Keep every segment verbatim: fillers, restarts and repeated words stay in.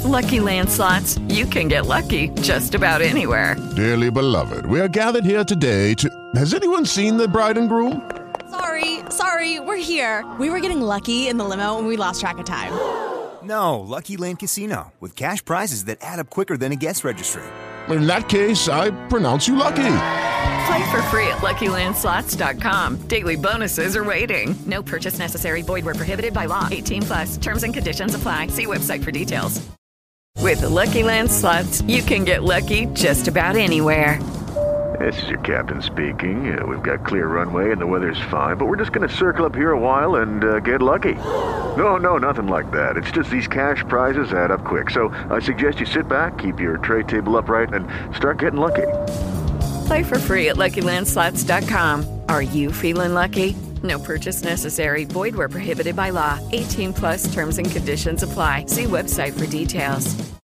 Lucky Land Slots, you can get lucky just about anywhere. Dearly beloved, we are gathered here today to... Has anyone seen the bride and groom? Sorry, sorry, we're here. We were getting lucky in the limo and we lost track of time. No, Lucky Land Casino, with cash prizes that add up quicker than a guest registry. In that case, I pronounce you lucky. Play for free at Lucky Land Slots dot com. Daily bonuses are waiting. No purchase necessary. Void where prohibited by law. eighteen plus. Terms and conditions apply. See website for details. With the Lucky Land Slots, you can get lucky just about anywhere. This is your captain speaking. Uh, we've got clear runway and the weather's fine, but we're just going to circle up here a while and uh, get lucky. No, no, nothing like that. It's just these cash prizes add up quick. So I suggest you sit back, keep your tray table upright, and start getting lucky. Play for free at Lucky Land Slots dot com. Are you feeling lucky? No purchase necessary. Void where prohibited by law. eighteen plus terms and conditions apply. See website for details.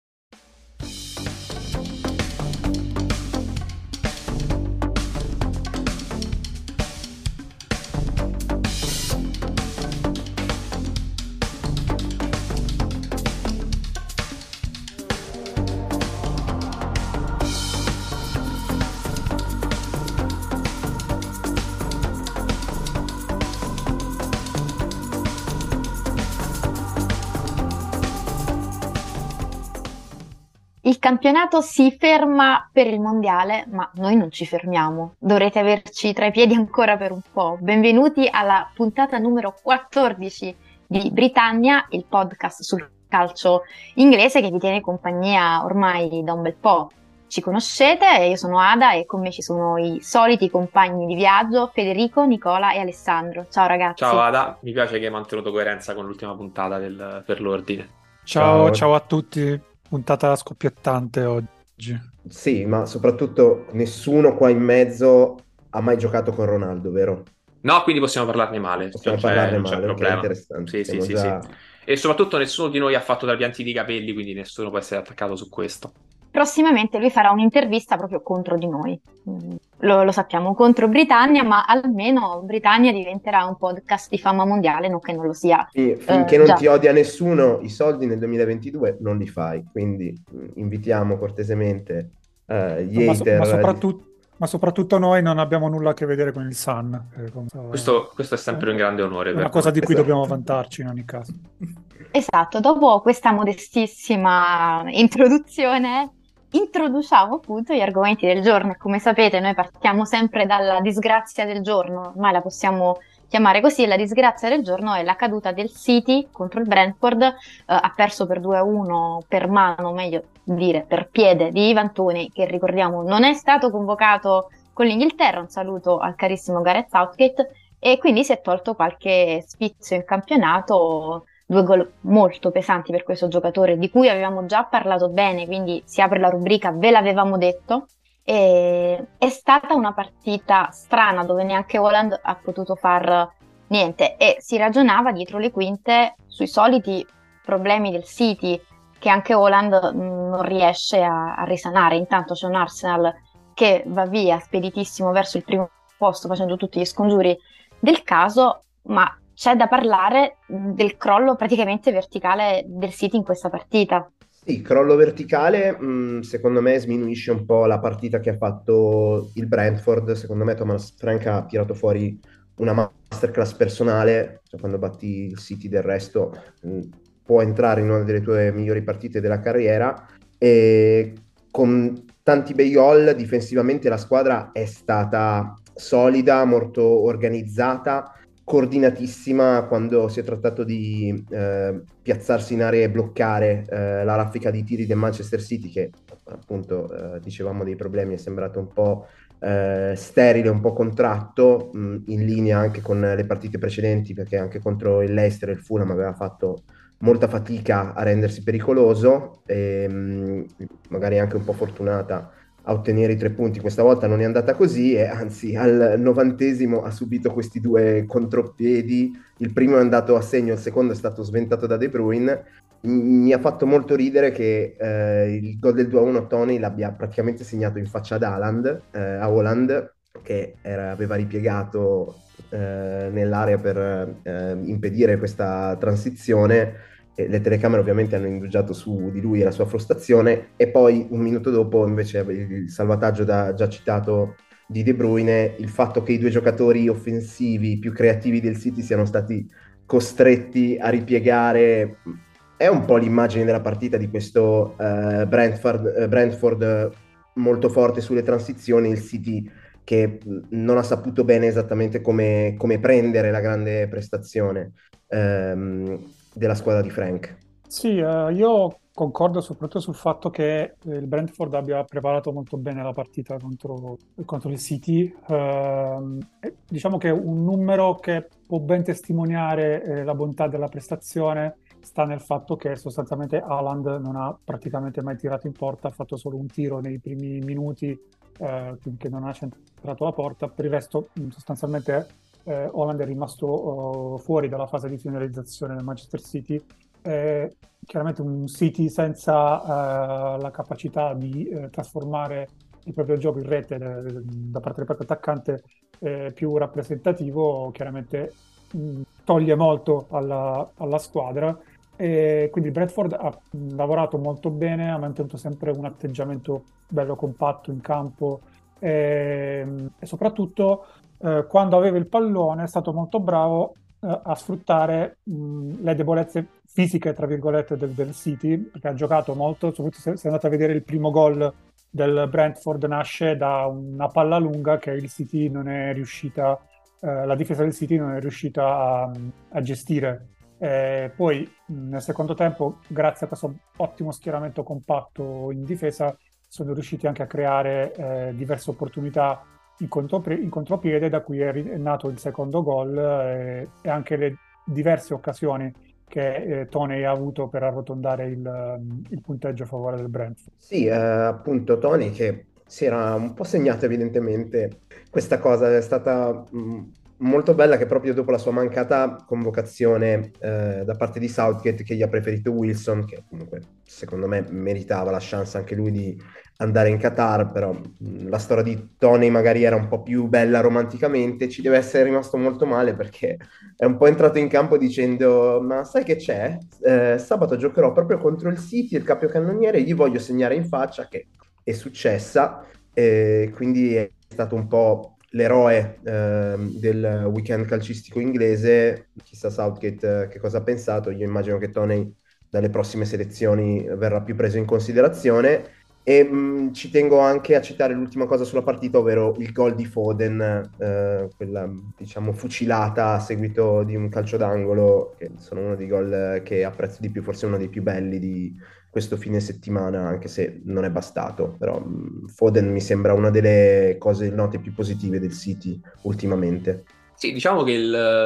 Il campionato si ferma per il mondiale, ma noi non ci fermiamo. Dovrete averci tra i piedi ancora per un po'. Benvenuti alla puntata numero quattordici di Britannia, il podcast sul calcio inglese che vi tiene compagnia ormai da un bel po'. Ci conoscete, io sono Ada e con me ci sono i soliti compagni di viaggio, Federico, Nicola e Alessandro. Ciao ragazzi. Ciao Ada, mi piace che hai mantenuto coerenza con l'ultima puntata del, per l'ordine. Ciao, ciao, ciao a tutti. Puntata scoppiettante oggi. Sì, ma soprattutto nessuno qua in mezzo ha mai giocato con Ronaldo, vero? No, quindi possiamo parlarne male. Possiamo cioè, parlarne non male, c'è problema. interessante. Sì, sì, sì, già... sì. E soprattutto nessuno di noi ha fatto trapianti di capelli, quindi nessuno può essere attaccato su questo. Prossimamente lui farà un'intervista proprio contro di noi, lo, lo sappiamo, contro Britannia, ma almeno Britannia diventerà un podcast di fama mondiale, non che non lo sia. Sì, finché eh, non già. ti odia nessuno, i soldi nel duemilaventidue non li fai, quindi invitiamo cortesemente uh, gli ma, hater. ma, soprattutto, ma soprattutto noi non abbiamo nulla a che vedere con il Sun. Eh, con... Questo, questo è sempre un grande onore. È una per cosa noi. di cui Esatto. dobbiamo vantarci in ogni caso. Esatto, dopo questa modestissima introduzione introduciamo appunto gli argomenti del giorno e come sapete noi partiamo sempre dalla disgrazia del giorno, ormai la possiamo chiamare così. La disgrazia del giorno è la caduta del City contro il Brentford, eh, ha perso per due a uno per mano, meglio dire per piede di Ivan Toney, che ricordiamo non è stato convocato con l'Inghilterra. Un saluto al carissimo Gareth Southgate, e quindi si è tolto qualche sfizio in campionato. Due gol molto pesanti per questo giocatore di cui avevamo già parlato bene, quindi si apre la rubrica ve l'avevamo detto. E è stata una partita strana dove neanche Haaland ha potuto far niente e si ragionava dietro le quinte sui soliti problemi del City che anche Haaland non riesce a, a risanare. Intanto c'è un Arsenal che va via speditissimo verso il primo posto facendo tutti gli scongiuri del caso, ma c'è da parlare del crollo praticamente verticale del City in questa partita. Sì, crollo verticale, mh, secondo me sminuisce un po' la partita che ha fatto il Brentford. Secondo me Thomas Frank ha tirato fuori una masterclass personale, cioè quando batti il City del resto mh, può entrare in una delle tue migliori partite della carriera, e con tanti bei gol difensivamente la squadra è stata solida, molto organizzata, coordinatissima quando si è trattato di eh, piazzarsi in area e bloccare eh, la raffica di tiri del Manchester City, che appunto eh, dicevamo dei problemi, è sembrato un po' eh, sterile, un po' contratto, mh, in linea anche con le partite precedenti, perché anche contro il Leicester e il Fulham aveva fatto molta fatica a rendersi pericoloso e mh, magari anche un po' fortunata a ottenere i tre punti. Questa volta non è andata così e anzi al novantesimo ha subito questi due contropiedi. Il primo è andato a segno, il secondo è stato sventato da De Bruyne. Mi ha fatto molto ridere che eh, il gol del due a uno Toney l'abbia praticamente segnato in faccia ad Haaland, eh, a Haaland, che era, aveva ripiegato eh, nell'area per eh, impedire questa transizione, e le telecamere ovviamente hanno indugiato su di lui e la sua frustrazione, e poi un minuto dopo invece il salvataggio da, già citato di De Bruyne, il fatto che i due giocatori offensivi più creativi del City siano stati costretti a ripiegare, è un po' l'immagine della partita di questo eh, Brentford, eh, Brentford molto forte sulle transizioni, il City che non ha saputo bene esattamente come, come prendere la grande prestazione ehm, della squadra di Frank. Sì, eh, io concordo soprattutto sul fatto che eh, il Brentford abbia preparato molto bene la partita contro, contro il City. Ehm, e diciamo che un numero che può ben testimoniare eh, la bontà della prestazione sta nel fatto che sostanzialmente Haaland non ha praticamente mai tirato in porta, ha fatto solo un tiro nei primi minuti eh, che non ha centrato la porta. Per il resto mh, sostanzialmente eh, Haaland è rimasto uh, fuori dalla fase di finalizzazione del Manchester City. Eh, chiaramente un City senza uh, la capacità di uh, trasformare il proprio gioco in rete de- da parte del proprio attaccante eh, più rappresentativo, chiaramente mh, toglie molto alla, alla squadra. E quindi il Bradford ha mh, lavorato molto bene, ha mantenuto sempre un atteggiamento bello compatto in campo e, e soprattutto eh, quando aveva il pallone è stato molto bravo eh, a sfruttare mh, le debolezze fisiche, tra virgolette, del, del City, perché ha giocato molto, soprattutto se, se andate a vedere il primo gol del Brentford nasce da una palla lunga che il City non è riuscita, eh, la difesa del City non è riuscita a, a gestire. Eh, poi nel secondo tempo, grazie a questo ottimo schieramento compatto in difesa, sono riusciti anche a creare eh, diverse opportunità in, contropie- in contropiede, da cui è, ri- è nato il secondo gol eh, e anche le diverse occasioni che eh, Toney ha avuto per arrotondare il, il punteggio a favore del Brentford. Sì, eh, appunto Tony che si era un po' segnato evidentemente questa cosa, è stata mh, molto bella che proprio dopo la sua mancata convocazione eh, da parte di Southgate, che gli ha preferito Wilson, che comunque secondo me meritava la chance anche lui di andare in Qatar, però mh, la storia di Tony magari era un po' più bella romanticamente, ci deve essere rimasto molto male perché è un po' entrato in campo dicendo: ma sai che c'è? Eh, sabato giocherò proprio contro il City, il capocannoniere, gli voglio segnare in faccia, che è successa, e quindi è stato un po' l'eroe eh, del weekend calcistico inglese. Chissà Southgate eh, che cosa ha pensato. Io immagino che Toney dalle prossime selezioni verrà più preso in considerazione. E mh, ci tengo anche a citare l'ultima cosa sulla partita, ovvero il gol di Foden, eh, quella diciamo fucilata a seguito di un calcio d'angolo, che sono uno dei gol che apprezzo di più, forse uno dei più belli di questo fine settimana, anche se non è bastato. Però mh, Foden mi sembra una delle cose, note più positive del City ultimamente. Sì, diciamo che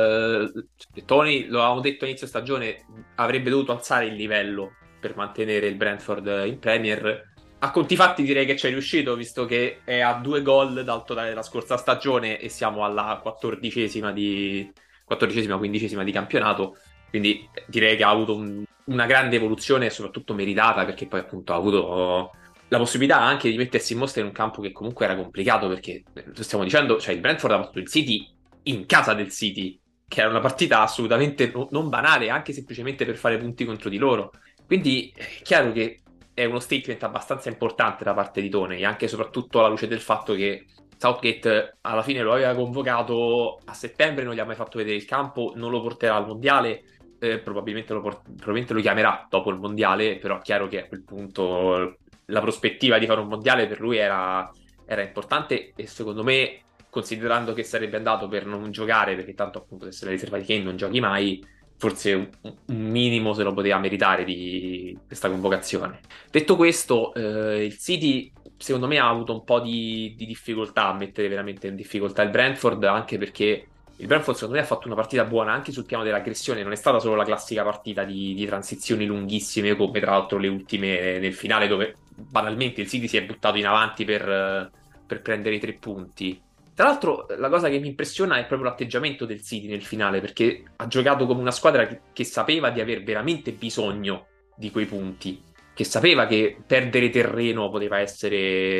il Tony, lo avevamo detto a inizio stagione, avrebbe dovuto alzare il livello per mantenere il Brentford in Premier. A conti fatti direi che ci è riuscito, visto che è a due gol dal totale della scorsa stagione e siamo alla quattordicesima di quattordicesima, quindicesima di campionato, quindi direi che ha avuto un, una grande evoluzione e soprattutto meritata, perché poi appunto ha avuto la possibilità anche di mettersi in mostra in un campo che comunque era complicato, perché lo stiamo dicendo, cioè il Brentford ha battuto il City in casa del City, che era una partita assolutamente non banale, anche semplicemente per fare punti contro di loro. Quindi è chiaro che è uno statement abbastanza importante da parte di Toney, anche e soprattutto alla luce del fatto che Southgate alla fine lo aveva convocato a settembre, non gli ha mai fatto vedere il campo, non lo porterà al mondiale, eh, probabilmente, lo port- probabilmente lo chiamerà dopo il mondiale, però è chiaro che a quel punto la prospettiva di fare un mondiale per lui era, era importante, e secondo me, considerando che sarebbe andato per non giocare, perché tanto appunto se la riserva di Kane non giochi mai, forse un, un minimo se lo poteva meritare di questa convocazione. Detto questo, eh, il City secondo me ha avuto un po' di, di difficoltà a mettere veramente in difficoltà il Brentford, anche perché il Brentford secondo me ha fatto una partita buona anche sul piano dell'aggressione, non è stata solo la classica partita di, di transizioni lunghissime come tra l'altro le ultime nel finale, dove banalmente il City si è buttato in avanti per, per prendere i tre punti. Tra l'altro la cosa che mi impressiona è proprio l'atteggiamento del City nel finale, perché ha giocato come una squadra che, che sapeva di aver veramente bisogno di quei punti, che sapeva che perdere terreno poteva essere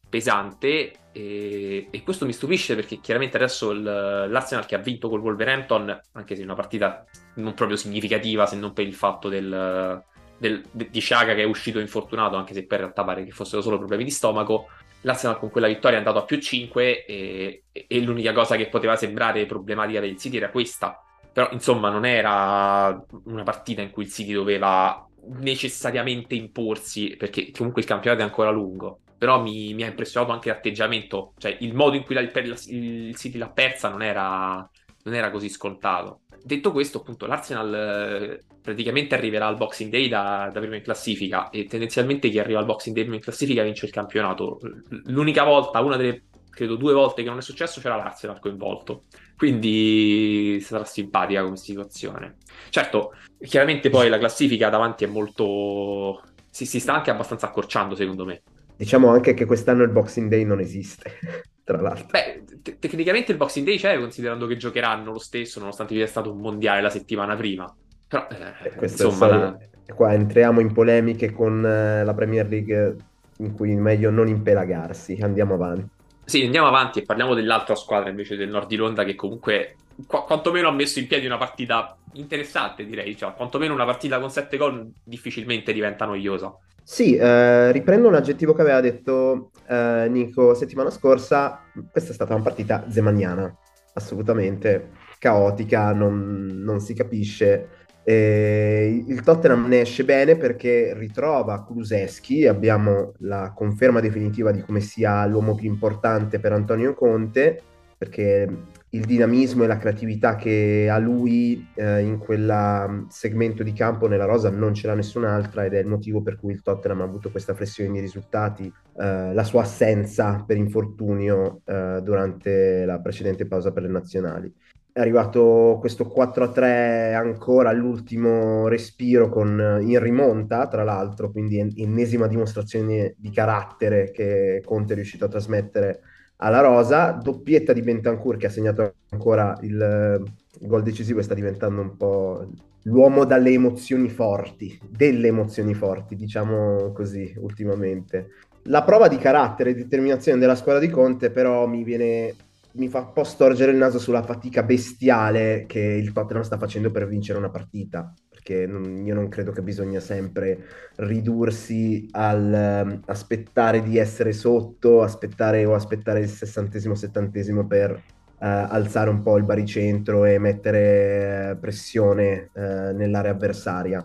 pesante e, e questo mi stupisce perché chiaramente adesso il, l'Arsenal che ha vinto col Wolverhampton, anche se è una partita non proprio significativa se non per il fatto del, del, de, di Xhaka che è uscito infortunato, anche se poi in realtà pare che fossero solo problemi di stomaco, l'Arsenal con quella vittoria è andato a più cinque e, e l'unica cosa che poteva sembrare problematica per il City era questa, però insomma non era una partita in cui il City doveva necessariamente imporsi, perché comunque il campionato è ancora lungo. Però mi, mi ha impressionato anche l'atteggiamento, cioè il modo in cui la, il, il City l'ha persa non era, non era così scontato. Detto questo, appunto, l'Arsenal eh, praticamente arriverà al Boxing Day da, da primo in classifica e tendenzialmente chi arriva al Boxing Day primo in classifica vince il campionato. L'unica volta, una delle credo due volte che non è successo, c'era l'Arsenal coinvolto. Quindi sarà simpatica come situazione. Certo, chiaramente poi la classifica davanti è molto... Si, si sta anche abbastanza accorciando, secondo me. Diciamo anche che quest'anno il Boxing Day non esiste, tra l'altro. Beh, te- tecnicamente il Boxing Day c'è, considerando che giocheranno lo stesso, nonostante vi sia stato un mondiale la settimana prima. Però, eh, Questo insomma... è La... Qua entriamo in polemiche con eh, la Premier League in cui è meglio non impelagarsi. Andiamo avanti. Sì, andiamo avanti e parliamo dell'altra squadra invece del Nord di Londra che comunque qu- quantomeno ha messo in piedi una partita interessante, direi. Cioè, quantomeno una partita con sette gol difficilmente diventa noiosa. Sì, eh, riprendo un aggettivo che aveva detto eh, Nico settimana scorsa. Questa è stata una partita zemaniana, assolutamente caotica, non, non si capisce. E il Tottenham ne esce bene perché ritrova Kulusevski, abbiamo la conferma definitiva di come sia l'uomo più importante per Antonio Conte, perché il dinamismo e la creatività che ha lui eh, in quel segmento di campo nella rosa non ce l'ha nessun'altra ed è il motivo per cui il Tottenham ha avuto questa flessione di risultati, eh, la sua assenza per infortunio eh, durante la precedente pausa per le nazionali. È arrivato questo quattro a tre ancora all'ultimo respiro con, in rimonta, tra l'altro, quindi en- ennesima dimostrazione di carattere che Conte è riuscito a trasmettere alla rosa. Doppietta di Bentancur che ha segnato ancora il, il gol decisivo e sta diventando un po' l'uomo dalle emozioni forti, delle emozioni forti, diciamo così, ultimamente. La prova di carattere e determinazione della squadra di Conte però mi viene... mi fa un po' storgere il naso sulla fatica bestiale che il Tottenham sta facendo per vincere una partita, perché non, io non credo che bisogna sempre ridursi al um, aspettare di essere sotto, aspettare o aspettare il sessantesimo, settantesimo per uh, alzare un po' il baricentro e mettere pressione uh, nell'area avversaria.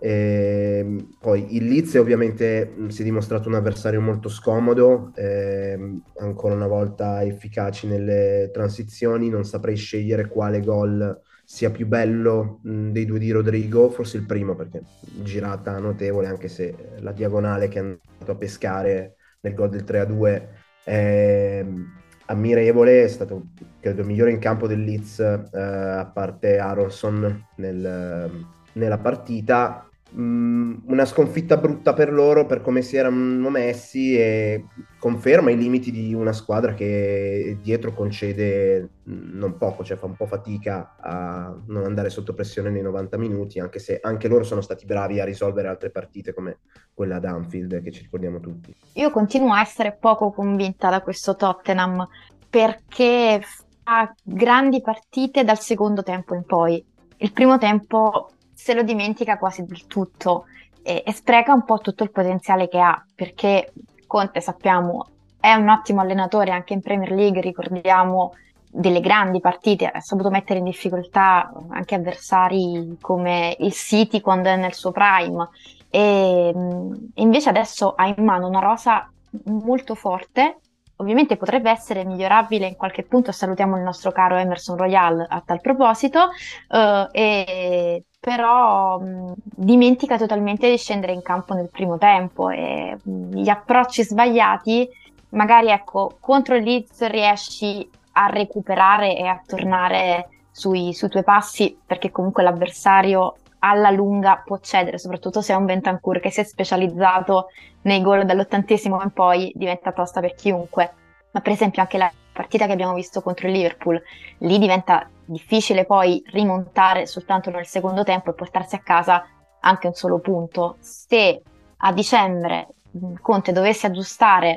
E poi il Leeds ovviamente si è dimostrato un avversario molto scomodo, ehm, ancora una volta efficaci nelle transizioni, non saprei scegliere quale gol sia più bello mh, dei due di Rodrigo, forse il primo perché girata notevole, anche se la diagonale che è andato a pescare nel gol del tre a due è ammirevole, è stato credo il migliore in campo del Leeds, eh, a parte Aronson nel, nella partita. Una sconfitta brutta per loro per come si erano messi e conferma i limiti di una squadra che dietro concede non poco, cioè fa un po' fatica a non andare sotto pressione nei novanta minuti, anche se anche loro sono stati bravi a risolvere altre partite come quella ad Anfield che ci ricordiamo tutti. Io continuo a essere poco convinta da questo Tottenham perché fa grandi partite dal secondo tempo in poi. Il primo tempo se lo dimentica quasi del tutto e, e spreca un po' tutto il potenziale che ha, perché Conte, sappiamo, è un ottimo allenatore anche in Premier League, ricordiamo delle grandi partite, ha saputo mettere in difficoltà anche avversari come il City quando è nel suo prime e, e invece adesso ha in mano una rosa molto forte. Ovviamente potrebbe essere migliorabile in qualche punto, salutiamo il nostro caro Emerson Royal a tal proposito, uh, e, però mh, dimentica totalmente di scendere in campo nel primo tempo e mh, gli approcci sbagliati, magari ecco, contro il Leeds riesci a recuperare e a tornare sui, sui tuoi passi, perché comunque l'avversario alla lunga può cedere, soprattutto se è un Bentancur che si è specializzato nei gol dall'ottantesimo in poi, diventa tosta per chiunque. Ma per esempio anche la partita che abbiamo visto contro il Liverpool, lì diventa difficile poi rimontare soltanto nel secondo tempo e portarsi a casa anche un solo punto. Se a dicembre Conte dovesse aggiustare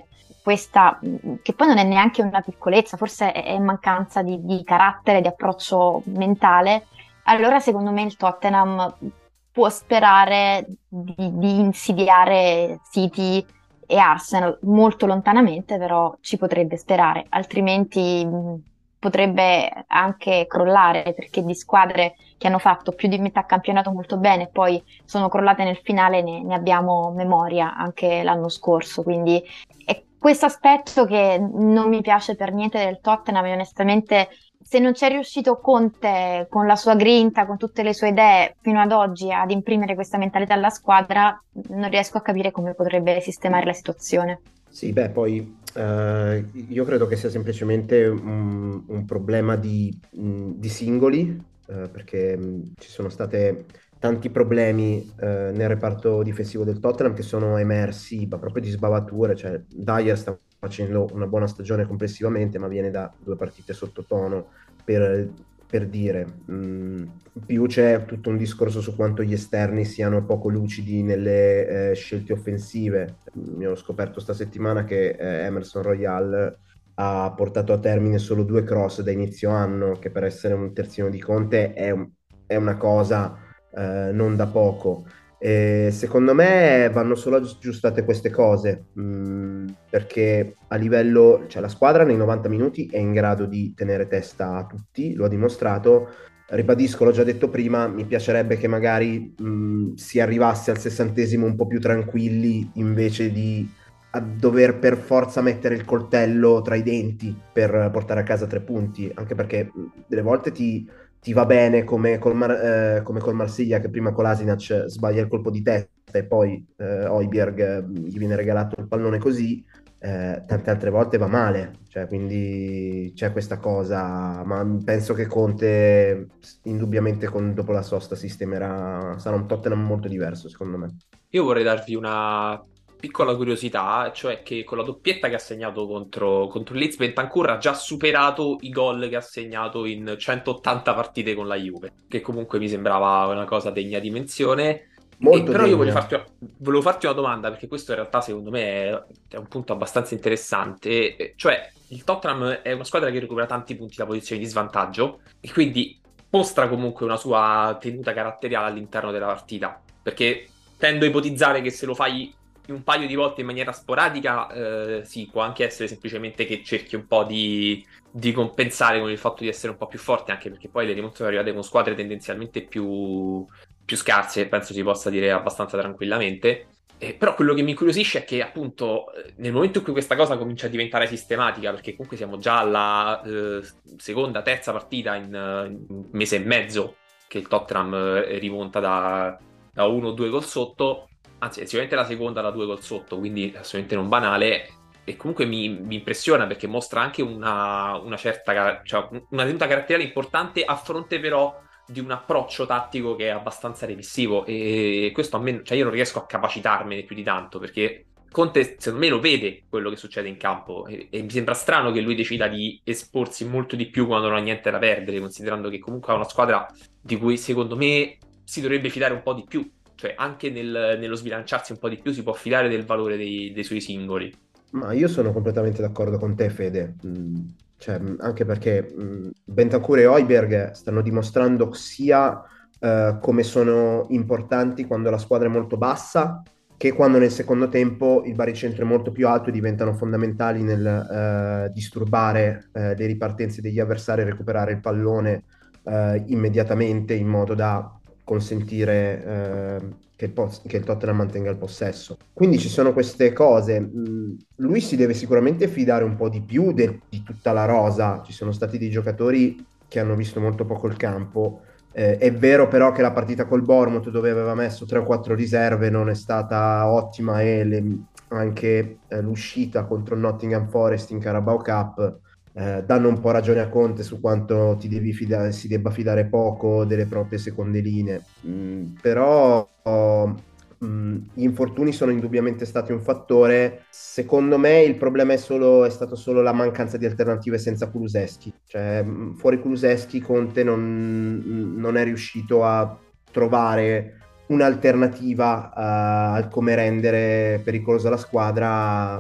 questa, che poi non è neanche una piccolezza, forse è, è mancanza di, di carattere, di approccio mentale, allora secondo me il Tottenham può sperare di, di insidiare City e Arsenal molto lontanamente, però ci potrebbe sperare, altrimenti mh, potrebbe anche crollare, perché di squadre che hanno fatto più di metà campionato molto bene e poi sono crollate nel finale ne, ne abbiamo memoria anche l'anno scorso, quindi è questo aspetto che non mi piace per niente del Tottenham e onestamente se non c'è riuscito Conte con la sua grinta, con tutte le sue idee fino ad oggi ad imprimere questa mentalità alla squadra, non riesco a capire come potrebbe sistemare la situazione. Sì, beh, poi eh, io credo che sia semplicemente un, un problema di, mh, di singoli, eh, perché mh, ci sono state tanti problemi eh, nel reparto difensivo del Tottenham che sono emersi, ma proprio di sbavature, cioè Dyer sta facendo una buona stagione complessivamente, ma viene da due partite sottotono per, per dire. Mm, più c'è tutto un discorso su quanto gli esterni siano poco lucidi nelle eh, scelte offensive. Mi ho scoperto sta settimana che eh, Emerson Royal ha portato a termine solo due cross da inizio anno, che per essere un terzino di Conte è, un, è una cosa eh, non da poco. E secondo me vanno solo aggiustate queste cose, mh, perché a livello, cioè la squadra nei novanta minuti è in grado di tenere testa a tutti, lo ha dimostrato. Ribadisco, l'ho già detto prima, mi piacerebbe che magari mh, si arrivasse al sessantesimo un po' più tranquilli invece di a dover per forza mettere il coltello tra i denti per portare a casa tre punti, anche perché mh, delle volte ti ti va bene come col, Mar- eh, come col Marsiglia, che prima Kolasinac sbaglia il colpo di testa e poi eh, Højbjerg eh, gli viene regalato il pallone così, eh, tante altre volte va male, cioè, quindi c'è questa cosa, ma penso che Conte indubbiamente con, dopo la sosta sistemerà, sarà un Tottenham molto diverso secondo me. Io vorrei darvi una piccola curiosità, cioè che con la doppietta che ha segnato contro, contro il Leeds, Bentancur ha già superato i gol che ha segnato in centottanta partite con la Juve, che comunque mi sembrava una cosa degna di menzione. Molto e però io voglio degna. farti, volevo farti una domanda, perché questo in realtà secondo me è, è un punto abbastanza interessante, eh, cioè il Tottenham è una squadra che recupera tanti punti da posizioni di svantaggio e quindi mostra comunque una sua tenuta caratteriale all'interno della partita, perché tendo a ipotizzare che se lo fai un paio di volte in maniera sporadica, eh, sì, può anche essere semplicemente che cerchi un po' di, di compensare con il fatto di essere un po' più forte, anche perché poi le rimonte sono arrivate con squadre tendenzialmente più, più scarse, penso si possa dire abbastanza tranquillamente. Eh, però quello che mi incuriosisce è che appunto eh, nel momento in cui questa cosa comincia a diventare sistematica, perché comunque siamo già alla eh, seconda, terza partita in, in un mese e mezzo che il Tottenham eh, rimonta da, da uno o due gol sotto, anzi è sicuramente la seconda da due gol sotto, quindi assolutamente non banale, e comunque mi, mi impressiona perché mostra anche una, una certa, cioè una tenuta caratteriale importante a fronte però di un approccio tattico che è abbastanza remissivo, e questo a me, cioè io non riesco a capacitarmene più di tanto, perché Conte secondo me lo vede quello che succede in campo e, e mi sembra strano che lui decida di esporsi molto di più quando non ha niente da perdere, considerando che comunque ha una squadra di cui secondo me si dovrebbe fidare un po' di più. Cioè anche nel, nello sbilanciarsi un po' di più si può fidare del valore dei, dei suoi singoli. Ma io sono completamente d'accordo con te, Fede. Mm, cioè, mm, anche perché mm, Bentancur e Højbjerg stanno dimostrando sia eh, come sono importanti quando la squadra è molto bassa, che quando nel secondo tempo il baricentro è molto più alto e diventano fondamentali nel eh, disturbare eh, le ripartenze degli avversari e recuperare il pallone eh, immediatamente in modo da consentire eh, che, il pos- che il Tottenham mantenga il possesso. Quindi ci sono queste cose. Mm, lui si deve sicuramente fidare un po' di più de- di tutta la rosa. Ci sono stati dei giocatori che hanno visto molto poco il campo. Eh, è vero però che la partita col Bournemouth, dove aveva messo tre o quattro riserve, non è stata ottima, e le- anche eh, l'uscita contro il Nottingham Forest in Carabao Cup eh, danno un po' ragione a Conte su quanto ti devi fidare, si debba fidare poco delle proprie seconde linee. Mm, però oh, mm, gli infortuni sono indubbiamente stati un fattore. Secondo me il problema è, solo, è stato solo la mancanza di alternative senza Kulusevski. Cioè, mm, fuori Kulusevski Conte non, non è riuscito a trovare un'alternativa uh, al come rendere pericolosa la squadra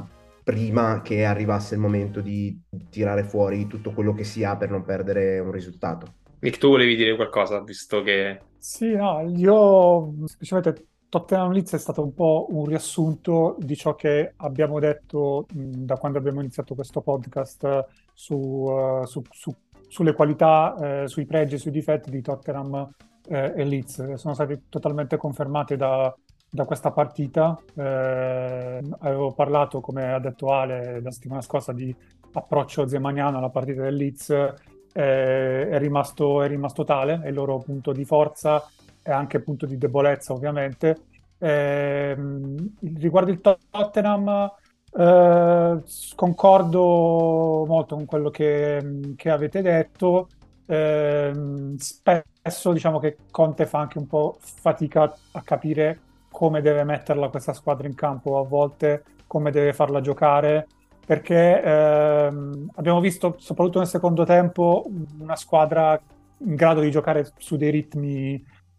prima che arrivasse il momento di tirare fuori tutto quello che si ha per non perdere un risultato. Nick, tu volevi dire qualcosa, visto che... Sì, no, io semplicemente Tottenham Leeds è stato un po' un riassunto di ciò che abbiamo detto mh, da quando abbiamo iniziato questo podcast eh, su, uh, su- su- sulle qualità, eh, sui pregi e sui difetti di Tottenham eh, e Leeds. Sono stati totalmente confermati da, da questa partita. Eh, avevo parlato, come ha detto Ale la settimana scorsa, di approccio zemaniano alla partita del Leeds. Eh, è rimasto, è rimasto tale, è il loro punto di forza e anche punto di debolezza, ovviamente. Ehm, riguardo il Tottenham, eh, concordo molto con quello che, che avete detto. Ehm, spesso diciamo che Conte fa anche un po' fatica a capire come deve metterla questa squadra in campo, a volte come deve farla giocare, perché ehm, abbiamo visto, soprattutto nel secondo tempo, una squadra in grado di giocare su dei ritmi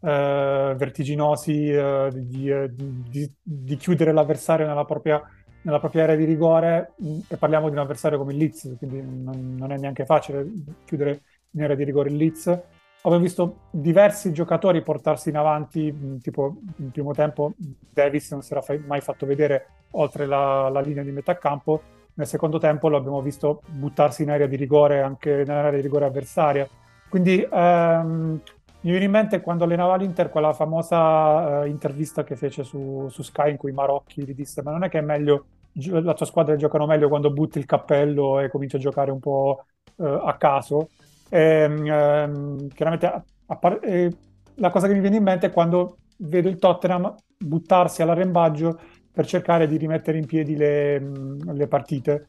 eh, vertiginosi, eh, di, eh, di- di chiudere l'avversario nella propria, nella propria area di rigore, mh, e parliamo di un avversario come il Leeds, quindi non, non è neanche facile chiudere in area di rigore il Leeds. Abbiamo visto diversi giocatori portarsi in avanti, mh, tipo in primo tempo Davis non si era fa- mai fatto vedere oltre la, la linea di metà campo. Nel secondo tempo lo abbiamo visto buttarsi in area di rigore anche nell'area di rigore avversaria. Quindi ehm, mi viene in mente quando allenava l'Inter quella famosa eh, intervista che fece su, su Sky in cui Marocchi gli disse: ma non è che è meglio, gio- la tua squadra giocano meglio quando butti il cappello e cominci a giocare un po' eh, a caso? Ehm, ehm, chiaramente a- a par- eh, la cosa che mi viene in mente è quando vedo il Tottenham buttarsi all'arrembaggio per cercare di rimettere in piedi le, mh, le partite.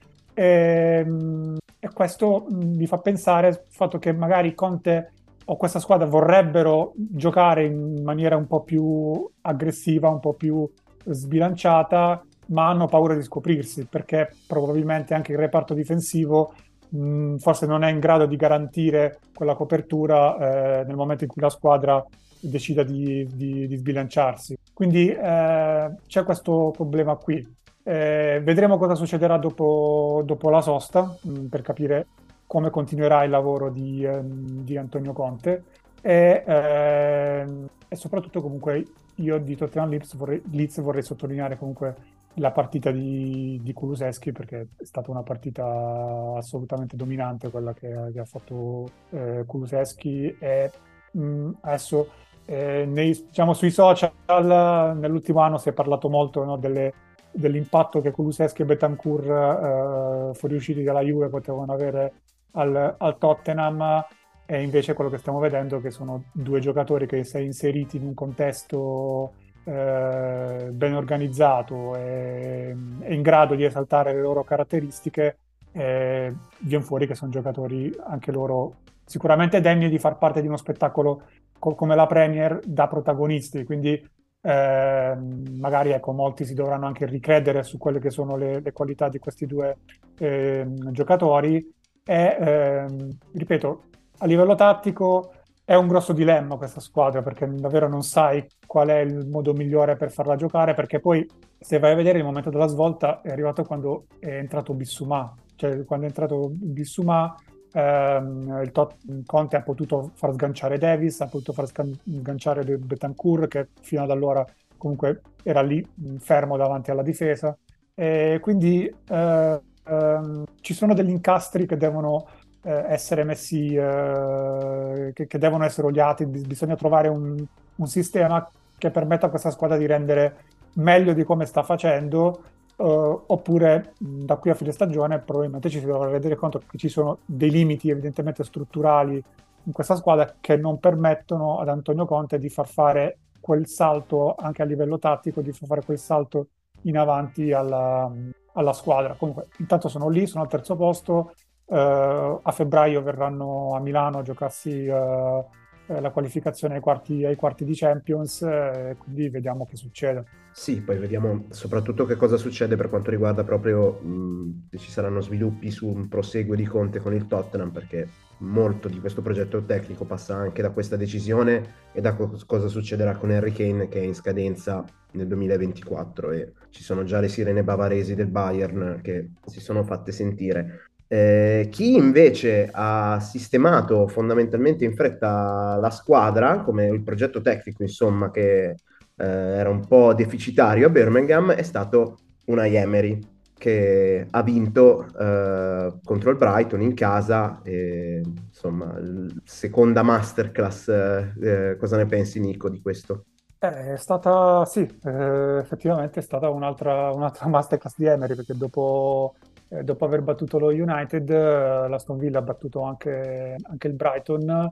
E, mh, e questo mh, mi fa pensare al fatto che magari Conte o questa squadra vorrebbero giocare in maniera un po' più aggressiva, un po' più sbilanciata, ma hanno paura di scoprirsi, perché probabilmente anche il reparto difensivo mh, forse non è in grado di garantire quella copertura eh, nel momento in cui la squadra decida di, di- di sbilanciarsi. Quindi eh, c'è questo problema qui. Eh, vedremo cosa succederà dopo, dopo la sosta, mh, per capire come continuerà il lavoro di, ehm, di Antonio Conte e, ehm, e soprattutto comunque io di Tottenham Leeds vorrei, Leeds vorrei sottolineare comunque la partita di, di Kulusevski, perché è stata una partita assolutamente dominante quella che, che ha fatto eh, Kulusevski e mh, adesso eh, nei, diciamo, sui social nell'ultimo anno si è parlato molto, no, delle, dell'impatto che Kulusevski e Bentancur eh, fuoriusciti dalla Juve potevano avere al, al Tottenham, e invece quello che stiamo vedendo è che sono due giocatori che, se inseriti in un contesto eh, ben organizzato e, e in grado di esaltare le loro caratteristiche, eh, viene fuori che sono giocatori anche loro sicuramente degni di far parte di uno spettacolo co- come la Premier, da protagonisti. Quindi eh, magari ecco, molti si dovranno anche ricredere su quelle che sono le, le qualità di questi due eh, giocatori. E ehm, ripeto, a livello tattico è un grosso dilemma questa squadra, perché davvero non sai qual è il modo migliore per farla giocare, perché poi se vai a vedere il momento della svolta è arrivato quando è entrato Bissouma, cioè quando è entrato Bissouma ehm, il Tot- Conte ha potuto far sganciare Davis, ha potuto far sgan- sganciare De- Bentancur, che fino ad allora comunque era lì mh, fermo davanti alla difesa, e quindi eh, ehm, ci sono degli incastri che devono eh, essere messi, eh, che, che devono essere oliati. Bis- bisogna trovare un, un sistema che permetta a questa squadra di rendere meglio di come sta facendo, eh, oppure mh, da qui a fine stagione probabilmente ci si dovrà rendere conto che ci sono dei limiti evidentemente strutturali in questa squadra che non permettono ad Antonio Conte di far fare quel salto anche a livello tattico, di far fare quel salto in avanti alla, alla squadra. Comunque, intanto sono lì, sono al terzo posto. Uh, a febbraio verranno a Milano a giocarsi uh, eh, la qualificazione ai quarti, ai quarti di Champions, eh, quindi vediamo che succede. Sì, poi vediamo soprattutto che cosa succede per quanto riguarda proprio mh, se ci saranno sviluppi su un proseguo di Conte con il Tottenham, perché molto di questo progetto tecnico passa anche da questa decisione e da co- cosa succederà con Harry Kane, che è in scadenza nel duemilaventiquattro, e ci sono già le sirene bavaresi del Bayern che si sono fatte sentire. Eh, chi invece ha sistemato fondamentalmente in fretta la squadra, come il progetto tecnico, insomma, che eh, era un po' deficitario a Birmingham, è stato Unai Emery, che ha vinto eh, contro il Brighton in casa, e, insomma, l- seconda masterclass. Eh, cosa ne pensi, Nico, di questo? Eh, È stata, sì, eh, effettivamente è stata un'altra un'altra masterclass di Emery, perché dopo, eh, dopo aver battuto lo United, eh, l'Aston Villa ha battuto anche, anche il Brighton,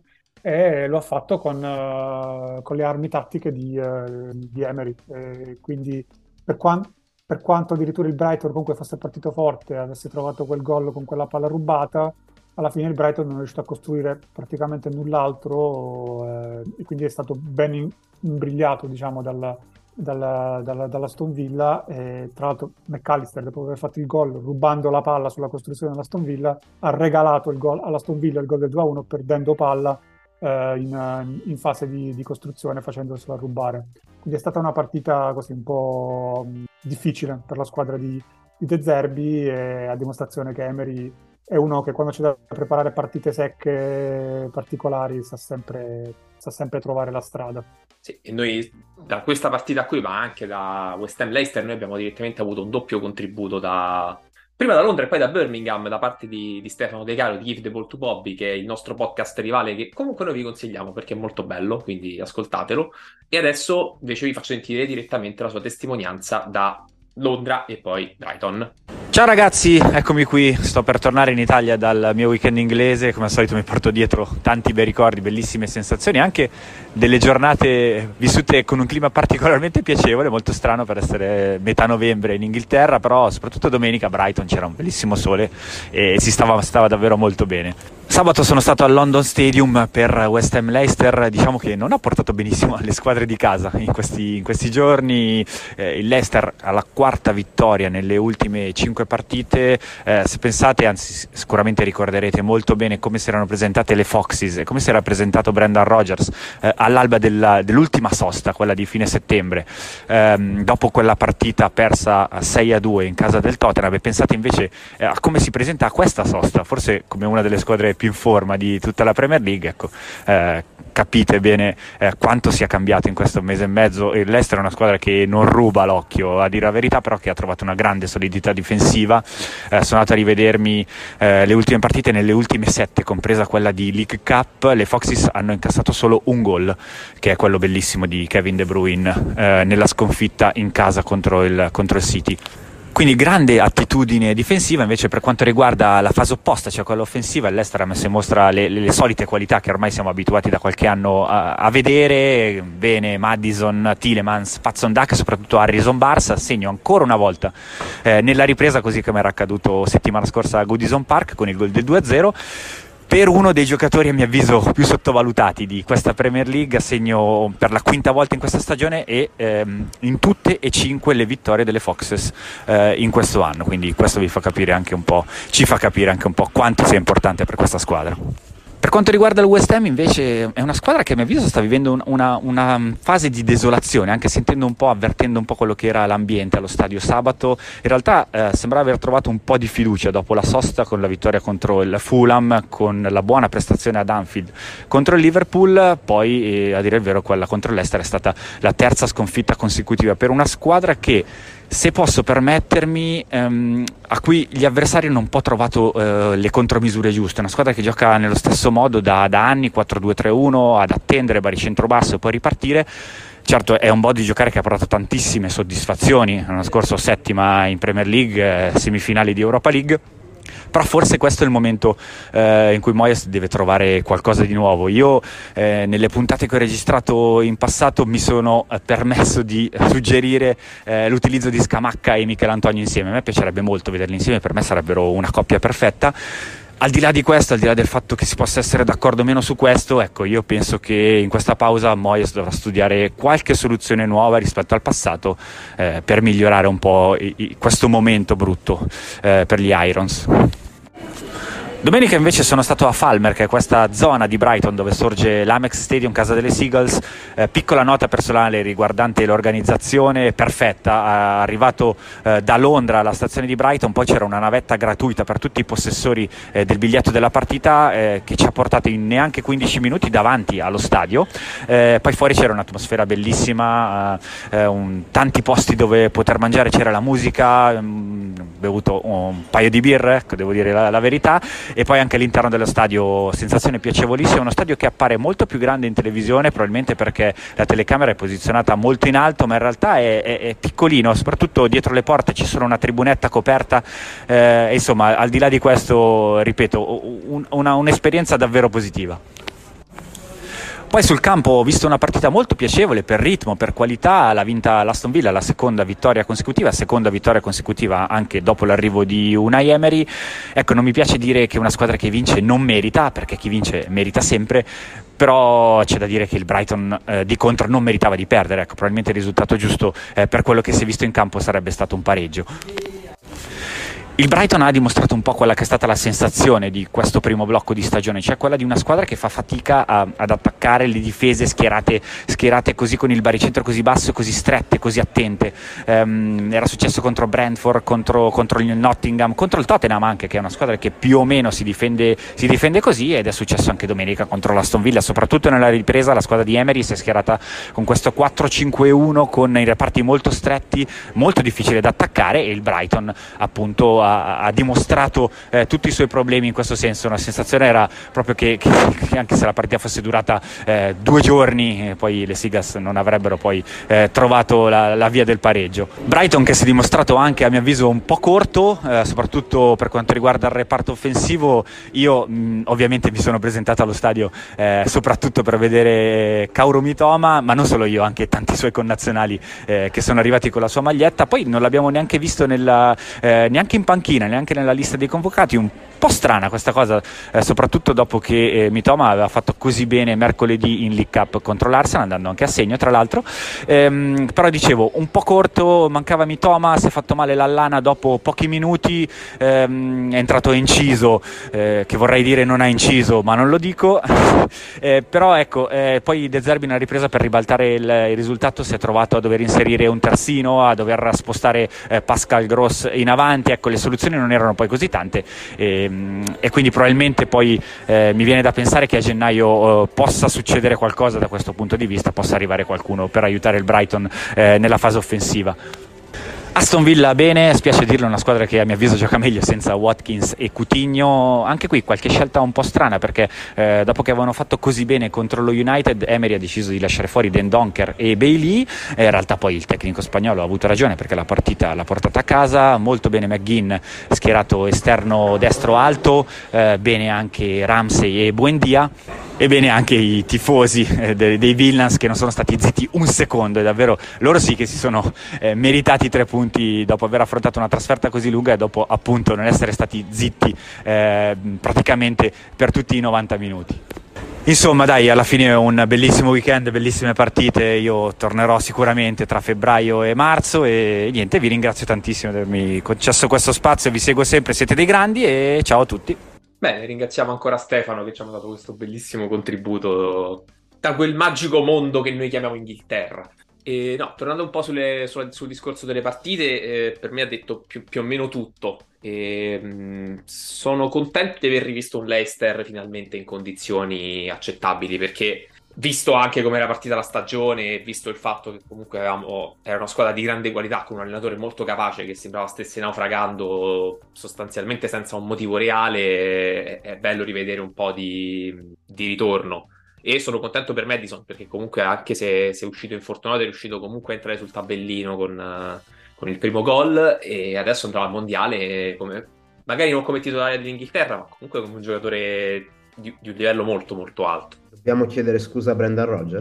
e lo ha fatto con, eh, con le armi tattiche di, eh, di Emery. E quindi per, quan- per quanto addirittura il Brighton comunque fosse partito forte, avesse trovato quel gol con quella palla rubata, alla fine il Brighton non è riuscito a costruire praticamente null'altro, eh, e quindi è stato ben in- imbrigliato, diciamo, dalla, dalla, dalla, dall'Aston Villa. E tra l'altro McAllister, dopo aver fatto il gol rubando la palla sulla costruzione dell'Aston Villa, ha regalato il gol all'Aston Villa, il gol del due a uno, perdendo palla eh, in, in fase di, di costruzione, facendosela rubare. Quindi è stata una partita così un po' mh, difficile per la squadra di, di De Zerbi, e a dimostrazione che Emery è uno che quando c'è da preparare partite secche particolari sa sempre, sa sempre trovare la strada. Sì, e noi da questa partita qui, ma anche da West Ham Leicester, noi abbiamo direttamente avuto un doppio contributo da prima da Londra e poi da Birmingham, da parte di, di Stefano De Caro di Give the Ball to Bobby, che è il nostro podcast rivale, che comunque noi vi consigliamo perché è molto bello, quindi ascoltatelo. E adesso invece vi faccio sentire direttamente la sua testimonianza da Londra e poi Brighton. Ciao ragazzi, eccomi qui, sto per tornare in Italia dal mio weekend inglese. Come al solito mi porto dietro tanti bei ricordi, bellissime sensazioni, anche delle giornate vissute con un clima particolarmente piacevole, molto strano per essere metà novembre in Inghilterra, però soprattutto domenica a Brighton c'era un bellissimo sole e si stava, stava davvero molto bene. Sabato sono stato al London Stadium per West Ham Leicester, diciamo che non ha portato benissimo alle squadre di casa in questi, in questi giorni. Eh, il Leicester ha la quarta vittoria nelle ultime cinque partite. Eh, se pensate, anzi sicuramente ricorderete molto bene come si erano presentate le Foxes e come si era presentato Brendan Rodgers eh, all'alba della, dell'ultima sosta, quella di fine settembre, eh, dopo quella partita persa sei a due in casa del Tottenham. E pensate invece eh, a come si presenta a questa sosta, forse come una delle squadre più in forma di tutta la Premier League. Ecco, eh, capite bene eh, quanto sia cambiato in questo mese e mezzo. Il Leicester è una squadra che non ruba l'occhio, a dire la verità, però che ha trovato una grande solidità difensiva. Eh, sono andato a rivedermi eh, le ultime partite. Nelle ultime sette, compresa quella di League Cup, le Foxes hanno incassato solo un gol, che è quello bellissimo di Kevin De Bruyne eh, nella sconfitta in casa contro il, contro il City. Quindi grande attitudine difensiva. Invece per quanto riguarda la fase opposta, cioè quella offensiva, il Leicester ha messo in mostra le, le, le solite qualità che ormai siamo abituati da qualche anno a, a vedere. Bene Maddison, Tielemans, Pazondak e soprattutto Harrison Barnes a segno ancora una volta eh, nella ripresa, così come era accaduto settimana scorsa a Goodison Park con il gol del due a zero. Per uno dei giocatori a mio avviso più sottovalutati di questa Premier League, a segno per la quinta volta in questa stagione e ehm, in tutte e cinque le vittorie delle Foxes eh, in questo anno, quindi questo vi fa capire anche un po', ci fa capire anche un po' quanto sia importante per questa squadra. Per quanto riguarda il West Ham invece è una squadra che a mio avviso sta vivendo una, una fase di desolazione, anche sentendo un po', avvertendo un po' quello che era l'ambiente allo stadio sabato. In realtà eh, sembrava aver trovato un po' di fiducia dopo la sosta con la vittoria contro il Fulham, con la buona prestazione ad Anfield contro il Liverpool. Poi eh, a dire il vero quella contro l'Leicester è stata la terza sconfitta consecutiva per una squadra che, se posso permettermi, ehm, a cui gli avversari hanno un po' trovato eh, le contromisure giuste. Una squadra che gioca nello stesso modo da, da anni, quattro due tre uno, ad attendere baricentro basso e poi ripartire. Certo, è un modo di giocare che ha portato tantissime soddisfazioni. L'anno scorso settima in Premier League, eh, semifinali di Europa League. Però forse questo è il momento eh, in cui Moyes deve trovare qualcosa di nuovo. Io eh, nelle puntate che ho registrato in passato mi sono eh, permesso di suggerire eh, l'utilizzo di Scamacca e Michelantonio insieme. A me piacerebbe molto vederli insieme, per me sarebbero una coppia perfetta. Al di là di questo, al di là del fatto che si possa essere d'accordo o meno su questo, ecco, io penso che in questa pausa Moyes dovrà studiare qualche soluzione nuova rispetto al passato eh, per migliorare un po' i, i, questo momento brutto eh, per gli Irons. Domenica invece sono stato a Falmer, che è questa zona di Brighton dove sorge l'Amex Stadium, casa delle Seagulls. Eh, piccola nota personale riguardante l'organizzazione, perfetta. Arrivato eh, da Londra alla stazione di Brighton, poi c'era una navetta gratuita per tutti i possessori eh, del biglietto della partita eh, che ci ha portato in neanche quindici minuti davanti allo stadio. Eh, poi fuori c'era un'atmosfera bellissima, eh, un, tanti posti dove poter mangiare, c'era la musica, mh, ho bevuto un paio di birre, ecco, devo dire la, la verità. E poi anche all'interno dello stadio sensazione piacevolissima, uno stadio che appare molto più grande in televisione, probabilmente perché la telecamera è posizionata molto in alto, ma in realtà è, è, è piccolino, soprattutto dietro le porte ci sono una tribunetta coperta, eh, insomma al di là di questo, ripeto, un, una, un'esperienza davvero positiva. Poi sul campo ho visto una partita molto piacevole per ritmo, per qualità, l'ha vinta l'Aston Villa, la seconda vittoria consecutiva, seconda vittoria consecutiva anche dopo l'arrivo di Unai Emery. Ecco, non mi piace dire che una squadra che vince non merita, perché chi vince merita sempre, però c'è da dire che il Brighton eh, di contro non meritava di perdere, ecco, probabilmente il risultato giusto eh, per quello che si è visto in campo sarebbe stato un pareggio. Il Brighton ha dimostrato un po' quella che è stata la sensazione di questo primo blocco di stagione, cioè quella di una squadra che fa fatica a, ad attaccare le difese schierate, schierate così con il baricentro così basso, così strette, così attente. Um, era successo contro Brentford, contro, contro il Nottingham, contro il Tottenham anche, che è una squadra che più o meno si difende, si difende così, ed è successo anche domenica contro l'Aston Villa. Soprattutto nella ripresa la squadra di Emery si è schierata con questo quattro cinque uno con i reparti molto stretti, molto difficile da attaccare, e il Brighton appunto ha, ha dimostrato eh, tutti i suoi problemi in questo senso. Una sensazione era proprio che, che, che anche se la partita fosse durata eh, due giorni eh, poi le Seagulls non avrebbero poi eh, trovato la, la via del pareggio. Brighton che si è dimostrato anche a mio avviso un po' corto, eh, soprattutto per quanto riguarda il reparto offensivo. Io mh, ovviamente mi sono presentato allo stadio eh, soprattutto per vedere Kaoru Mitoma, ma non solo io, anche tanti suoi connazionali eh, che sono arrivati con la sua maglietta. Poi non l'abbiamo neanche visto nella, eh, neanche in panchina, neanche nella lista dei convocati. Un po' strana questa cosa, eh, soprattutto dopo che eh, Mitoma aveva fatto così bene mercoledì in League Cup contro l'Arsenal, andando anche a segno tra l'altro. Ehm, però dicevo, un po' corto, mancava Mitoma, si è fatto male Lallana dopo pochi minuti, ehm, è entrato inciso, eh, che vorrei dire non ha inciso, ma non lo dico. eh, però ecco, eh, poi De Zerbi nella ripresa per ribaltare il, il risultato si è trovato a dover inserire un terzino, a dover spostare eh, Pascal Gross in avanti. Ecco, le soluzioni non erano poi così tante, e, e quindi probabilmente poi eh, mi viene da pensare che a gennaio eh, possa succedere qualcosa da questo punto di vista, possa arrivare qualcuno per aiutare il Brighton eh, nella fase offensiva. Aston Villa bene, spiace dirlo, è una squadra che a mio avviso gioca meglio senza Watkins e Coutinho. Anche qui qualche scelta un po' strana, perché eh, dopo che avevano fatto così bene contro lo United, Emery ha deciso di lasciare fuori Den Donker e Bailey. Eh, in realtà poi il tecnico spagnolo ha avuto ragione, perché la partita l'ha portata a casa. Molto bene McGinn, schierato esterno destro alto, eh, bene anche Ramsey e Buendia. E bene anche i tifosi eh, dei, dei Villains, che non sono stati zitti un secondo, e davvero loro sì che si sono eh, meritati tre punti dopo aver affrontato una trasferta così lunga e dopo appunto non essere stati zitti eh, praticamente per tutti i novanta minuti. Insomma dai, alla fine è un bellissimo weekend, bellissime partite. Io tornerò sicuramente tra febbraio e marzo, e niente, vi ringrazio tantissimo di avermi concesso questo spazio, vi seguo sempre, siete dei grandi, e ciao a tutti. Bene, ringraziamo ancora Stefano che ci ha dato questo bellissimo contributo da quel magico mondo che noi chiamiamo Inghilterra. E no, tornando un po' sulle, sul, sul discorso delle partite, eh, per me ha detto più, più o meno tutto. E, mh, sono contento di aver rivisto un Leicester finalmente in condizioni accettabili, perché visto anche come era partita la stagione, visto il fatto che comunque avevamo, era una squadra di grande qualità con un allenatore molto capace che sembrava stesse naufragando sostanzialmente senza un motivo reale, è, è bello rivedere un po' di, di ritorno. E sono contento per Maddison, perché comunque anche se, se è uscito infortunato è riuscito comunque a entrare sul tabellino con, con il primo gol, e adesso andrà al mondiale come, magari non come titolare dell'Inghilterra, ma comunque come un giocatore di, di un livello molto molto alto. Dobbiamo chiedere scusa a Brendan Rodgers?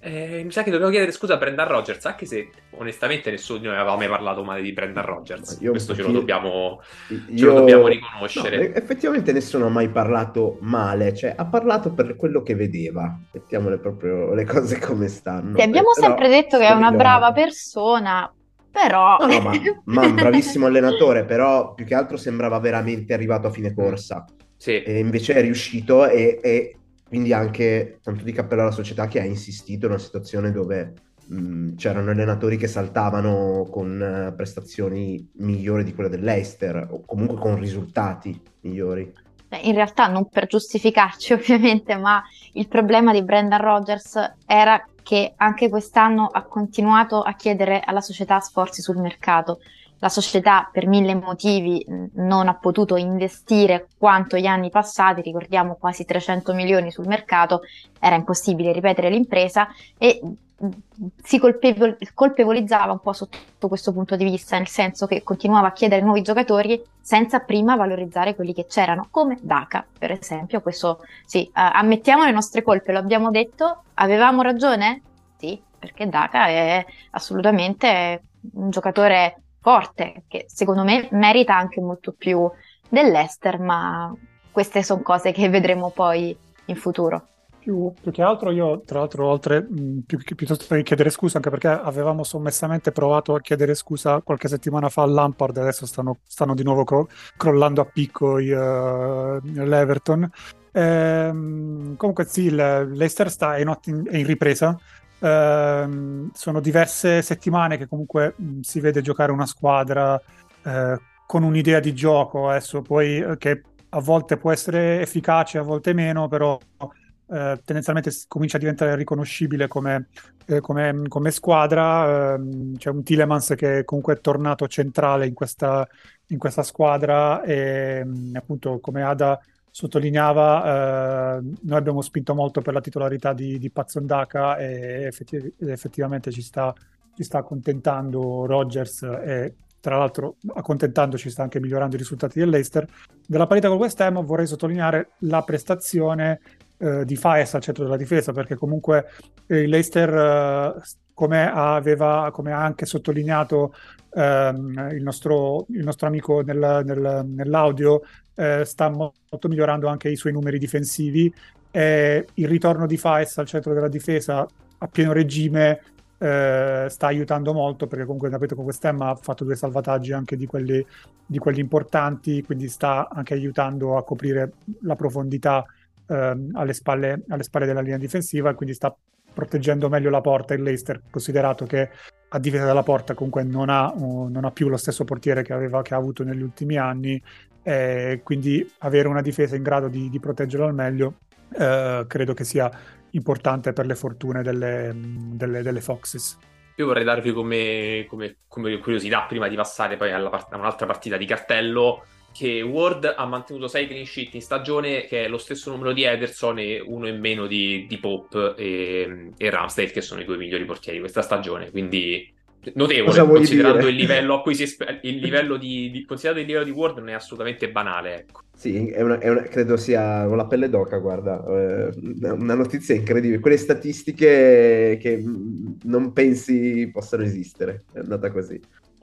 Eh, mi sa che dobbiamo chiedere scusa a Brendan Rodgers, anche se onestamente nessuno di noi aveva mai parlato male di Brendan Rodgers. Io un Questo ce lo pochino- dobbiamo, ce lo Io... dobbiamo No, riconoscere. e- effettivamente nessuno ha mai parlato male, cioè ha parlato per quello che vedeva, mettiamole proprio le cose come stanno. Ti abbiamo Eh, però sempre detto che si è una migliora. brava persona, però... No, no, ma, ma un bravissimo allenatore, però più che altro sembrava veramente arrivato a fine corsa. Sì. E invece è riuscito e, e quindi anche tanto di cappello alla società che ha insistito in una situazione dove mh, c'erano allenatori che saltavano con eh, prestazioni migliori di quelle dell'Leicester o comunque con risultati migliori. In realtà non per giustificarci ovviamente, ma il problema di Brendan Rodgers era che anche quest'anno ha continuato a chiedere alla società sforzi sul mercato. La società per mille motivi non ha potuto investire quanto gli anni passati, ricordiamo quasi trecento milioni sul mercato, era impossibile ripetere l'impresa e si colpevol- colpevolizzava un po' sotto questo punto di vista, nel senso che continuava a chiedere nuovi giocatori senza prima valorizzare quelli che c'erano, come Daka per esempio. Questo sì, uh, ammettiamo le nostre colpe, lo abbiamo detto, avevamo ragione? Sì, perché Daka è assolutamente un giocatore forte, che secondo me merita anche molto più dell'Ester, ma queste sono cose che vedremo poi in futuro. Più, più che altro io, tra l'altro, oltre mh, più, piuttosto che chiedere scusa, anche perché avevamo sommessamente provato a chiedere scusa qualche settimana fa a Lampard, adesso stanno, stanno di nuovo cro- crollando a picco i, uh, l'Everton. Ehm, comunque sì, l'Leicester sta in, ottim- è in ripresa. Ehm, sono diverse settimane che comunque mh, si vede giocare una squadra eh, con un'idea di gioco, adesso poi eh, che a volte può essere efficace, a volte meno, però eh, tendenzialmente comincia a diventare riconoscibile come, eh, come, come squadra. Eh, c'è un Tielemans che comunque è tornato centrale in questa, in questa squadra e mh, appunto come Ada sottolineava, eh, noi abbiamo spinto molto per la titolarità di, di Patson Daka e effetti- effettivamente ci sta, ci sta accontentando Rodgers e tra l'altro accontentandoci sta anche migliorando i risultati dell'Leicester. Della partita con West Ham vorrei sottolineare la prestazione eh, di Faes al centro della difesa, perché comunque eh, il Leicester, eh, come aveva, come ha anche sottolineato ehm, il, nostro, il nostro amico nel, nel, nell'audio, eh, sta molto migliorando anche i suoi numeri difensivi e il ritorno di Faes al centro della difesa a pieno regime eh, sta aiutando molto, perché comunque capito con quest'Emma ha fatto due salvataggi anche di quelli, di quelli importanti, quindi sta anche aiutando a coprire la profondità ehm, alle spalle, alle spalle della linea difensiva e quindi sta proteggendo meglio la porta il Leicester, considerato che a difesa della porta comunque non ha, uh, non ha più lo stesso portiere che aveva che ha avuto negli ultimi anni, eh, quindi avere una difesa in grado di, di proteggerlo al meglio eh, credo che sia importante per le fortune delle, delle, delle Foxes. Io vorrei darvi come, come, come curiosità, prima di passare poi alla part- a un'altra partita di cartello, che Ward ha mantenuto sei clean sheet in stagione, che è lo stesso numero di Ederson e uno in meno di, di Pope e, e Ramsdale, che sono i due migliori portieri questa stagione, quindi notevole, considerando dire? il livello a cui si esp- il livello di, di considerato il livello di Ward non è assolutamente banale, ecco. Sì, è una, è una- credo sia con la pelle d'oca, guarda, eh, una notizia incredibile. Quelle statistiche che mh, non pensi possano esistere, è andata così.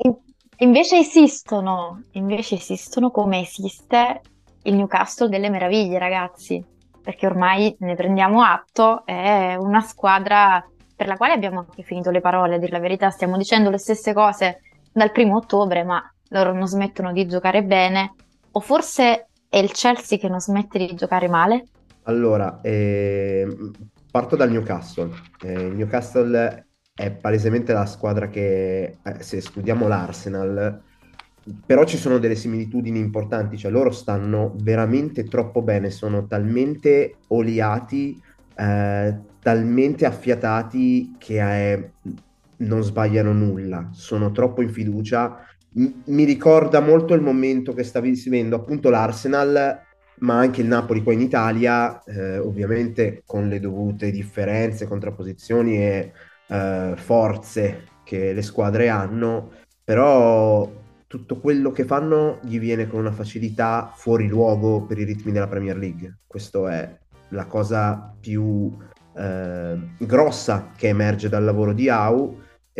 Invece esistono, invece esistono come esiste il Newcastle delle meraviglie, ragazzi, perché ormai ne prendiamo atto, è una squadra per la quale abbiamo anche finito le parole, a dir la verità, stiamo dicendo le stesse cose dal primo ottobre, ma loro non smettono di giocare bene, o forse è il Chelsea che non smette di giocare male? Allora, ehm, parto dal Newcastle. Eh, il Newcastle è palesemente la squadra che, eh, se escludiamo l'Arsenal, però ci sono delle similitudini importanti, cioè loro stanno veramente troppo bene, sono talmente oliati, eh, talmente affiatati che eh, non sbagliano nulla, sono troppo in fiducia. M- mi ricorda molto il momento che stavi vivendo appunto l'Arsenal, ma anche il Napoli qua in Italia, eh, ovviamente con le dovute differenze, contrapposizioni e eh, forze che le squadre hanno, però tutto quello che fanno gli viene con una facilità fuori luogo per i ritmi della Premier League. Questa è la cosa più eh, grossa che emerge dal lavoro di Au.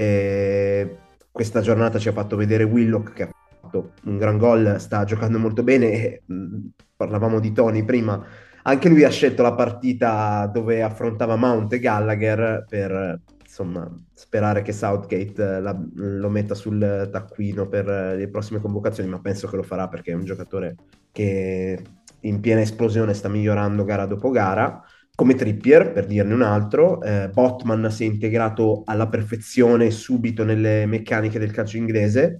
E questa giornata ci ha fatto vedere Willock, che ha fatto un gran gol, sta giocando molto bene. E, mh, parlavamo di Tony prima, anche lui ha scelto la partita dove affrontava Mount e Gallagher per, insomma, sperare che Southgate la- lo metta sul taccuino per le prossime convocazioni, ma penso che lo farà perché è un giocatore che in piena esplosione sta migliorando gara dopo gara. Come Trippier, per dirne un altro, eh, Botman si è integrato alla perfezione subito nelle meccaniche del calcio inglese,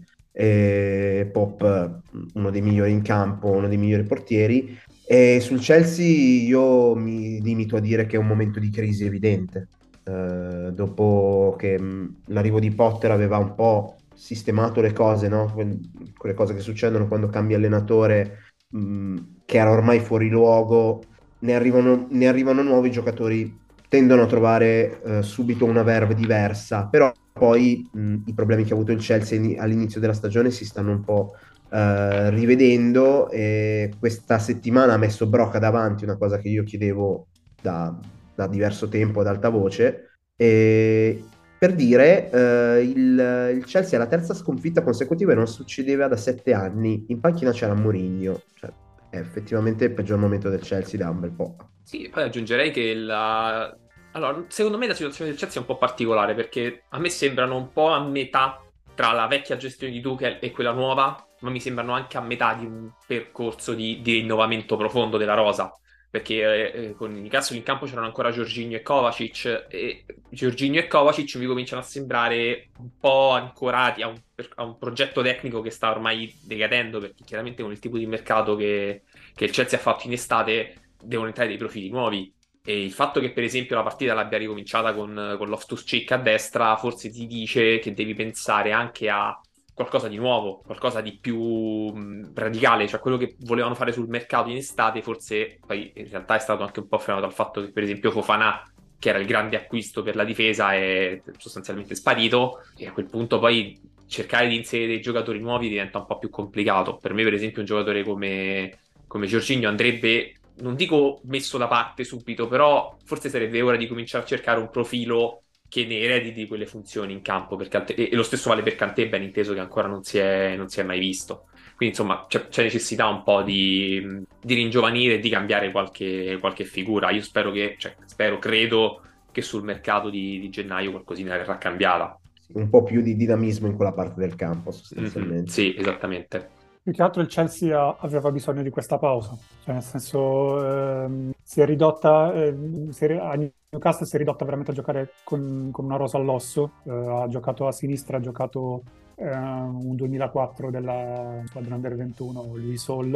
e Pop, uno dei migliori in campo, uno dei migliori portieri. E sul Chelsea io mi limito a dire che è un momento di crisi evidente. Eh, dopo che mh, l'arrivo di Potter aveva un po' sistemato le cose, no? Que- Quelle cose che succedono quando cambi allenatore, mh, che era ormai fuori luogo, ne arrivano, ne arrivano nuovi giocatori, tendono a trovare eh, subito una verve diversa, però poi mh, i problemi che ha avuto il Chelsea in- all'inizio della stagione si stanno un po' eh, rivedendo, e questa settimana ha messo Broca davanti, una cosa che io chiedevo da, da diverso tempo ad alta voce. E per dire, eh, il, il Chelsea è la terza sconfitta consecutiva e non succedeva da sette anni. In panchina c'era Mourinho, cioè è effettivamente il peggior momento del Chelsea da un bel po'. Sì, poi aggiungerei che la... Allora, secondo me la situazione del Chelsea è un po' particolare perché a me sembrano un po' a metà tra la vecchia gestione di Tuchel e quella nuova, ma mi sembrano anche a metà di un percorso di, di rinnovamento profondo della rosa. Perché eh, con i Newcastle in campo c'erano ancora Jorginho e Kovacic, e Jorginho e Kovacic mi cominciano a sembrare un po' ancorati a un, a un progetto tecnico che sta ormai decadendo, perché chiaramente con il tipo di mercato che, che il Chelsea ha fatto in estate devono entrare dei profili nuovi. E il fatto che per esempio la partita l'abbia ricominciata con, con Loftus-Cheek a destra forse ti dice che devi pensare anche a qualcosa di nuovo, qualcosa di più mh, radicale, cioè quello che volevano fare sul mercato in estate forse poi in realtà è stato anche un po' frenato dal fatto che per esempio Fofana, che era il grande acquisto per la difesa, è sostanzialmente sparito, e a quel punto poi cercare di inserire dei giocatori nuovi diventa un po' più complicato. Per me per esempio un giocatore come, come Jorginho andrebbe, non dico messo da parte subito, però forse sarebbe ora di cominciare a cercare un profilo che ne erediti quelle funzioni in campo, perché alt- e, e lo stesso vale per Kanté, ben inteso, che ancora non si è, non si è mai visto. Quindi insomma c'è, c'è necessità un po' di, di ringiovanire e di cambiare qualche, qualche figura. Io spero che, cioè, spero, credo che sul mercato di, di gennaio qualcosina verrà cambiata. Un po' più di dinamismo in quella parte del campo, sostanzialmente. Mm-hmm, sì, esattamente. Più che altro il Chelsea aveva bisogno di questa pausa, cioè nel senso ehm, si è ridotta, ehm, si è, a Newcastle si è ridotta veramente a giocare con, con una rosa all'osso, eh, ha giocato a sinistra, ha giocato eh, un duemilaquattro della squadra under ventuno, Luis Hall,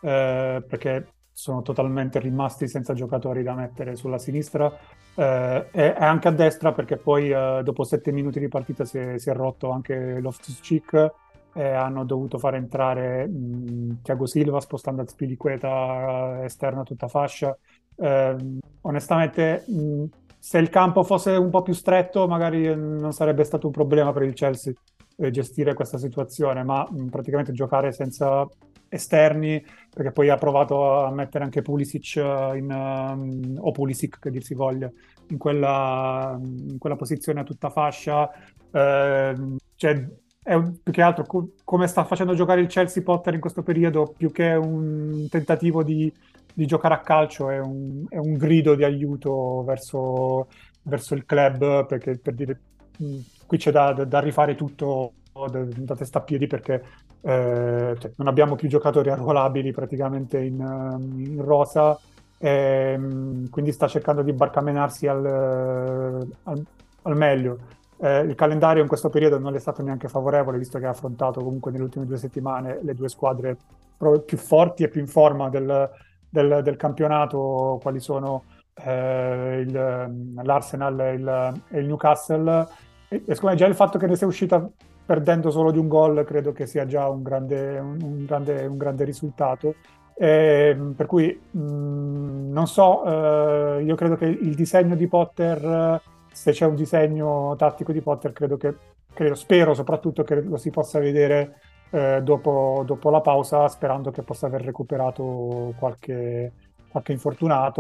eh, perché sono totalmente rimasti senza giocatori da mettere sulla sinistra, eh, e, e anche a destra perché poi eh, dopo sette minuti di partita si è, si è rotto anche Loftus-Cheek. E hanno dovuto fare entrare mh, Thiago Silva spostando Azpilicueta esterno a tutta fascia. Eh, onestamente, mh, se il campo fosse un po' più stretto, magari non sarebbe stato un problema per il Chelsea eh, gestire questa situazione, ma mh, praticamente giocare senza esterni, perché poi ha provato a mettere anche Pulisic in, um, o Pulisic che dir si voglia, in quella, in quella posizione a tutta fascia. Eh, cioè, è un, più che altro co- come sta facendo giocare il Chelsea Potter in questo periodo, più che un tentativo di, di giocare a calcio, è un, è un grido di aiuto verso, verso il club, perché per dire mh, qui c'è da, da, da rifare tutto da, da testa a piedi, perché eh, cioè, non abbiamo più giocatori arruolabili praticamente in, in rosa, e, mh, quindi sta cercando di barcamenarsi al, al, al meglio. Eh, il calendario in questo periodo non è stato neanche favorevole, visto che ha affrontato comunque nelle ultime due settimane le due squadre più forti e più in forma del, del, del campionato, quali sono eh, il, l'Arsenal e il, e il Newcastle. E, e secondo me già il fatto che ne sia uscita perdendo solo di un gol credo che sia già un grande, un, un grande, un grande risultato. E, per cui mh, non so, eh, io credo che il disegno di Potter, se c'è un disegno tattico di Potter, credo che, credo, spero soprattutto che lo si possa vedere eh, dopo, dopo la pausa, sperando che possa aver recuperato qualche, qualche infortunato,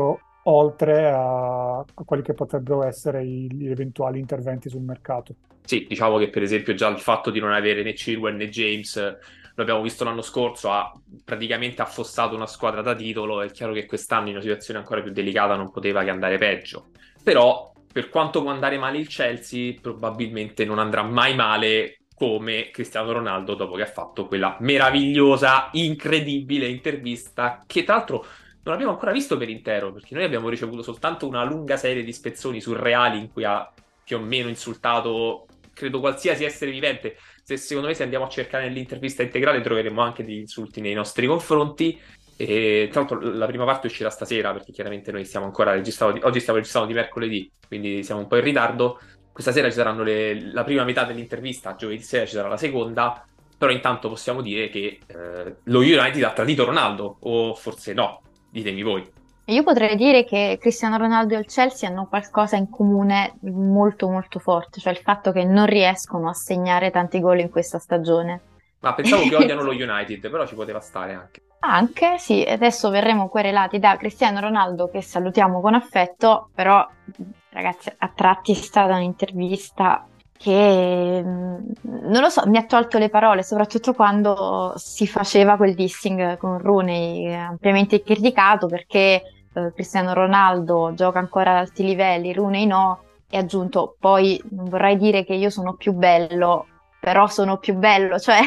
oltre a, a quelli che potrebbero essere i- gli eventuali interventi sul mercato. Sì, diciamo che per esempio già il fatto di non avere né Chilwell né James, eh, lo abbiamo visto l'anno scorso, ha praticamente affossato una squadra da titolo. È chiaro che quest'anno in una situazione ancora più delicata non poteva che andare peggio. Però, per quanto può andare male il Chelsea, probabilmente non andrà mai male come Cristiano Ronaldo dopo che ha fatto quella meravigliosa, incredibile intervista che tra l'altro non abbiamo ancora visto per intero, perché noi abbiamo ricevuto soltanto una lunga serie di spezzoni surreali in cui ha più o meno insultato, credo, qualsiasi essere vivente. Se, secondo me, se andiamo a cercare nell'intervista integrale troveremo anche degli insulti nei nostri confronti. E tra l'altro la prima parte uscirà stasera, perché chiaramente noi stiamo ancora registrando, oggi stiamo registrando di mercoledì, quindi siamo un po' in ritardo. Questa sera ci saranno le, la prima metà dell'intervista, giovedì sera ci sarà la seconda, però intanto possiamo dire che eh, lo United ha tradito Ronaldo, o forse no, ditemi voi. Io potrei dire che Cristiano Ronaldo e il Chelsea hanno qualcosa in comune molto molto forte, cioè il fatto che non riescono a segnare tanti gol in questa stagione. Ma pensavo che odiano lo United, però ci poteva stare anche. Anche, sì, adesso verremo querelati da Cristiano Ronaldo, che salutiamo con affetto, però ragazzi, a tratti è stata un'intervista che, mm, non lo so, mi ha tolto le parole, soprattutto quando si faceva quel dissing con Rooney, eh, ampiamente criticato perché eh, Cristiano Ronaldo gioca ancora ad alti livelli, Rooney no, e ha aggiunto, poi non vorrei dire che io sono più bello, però sono più bello, cioè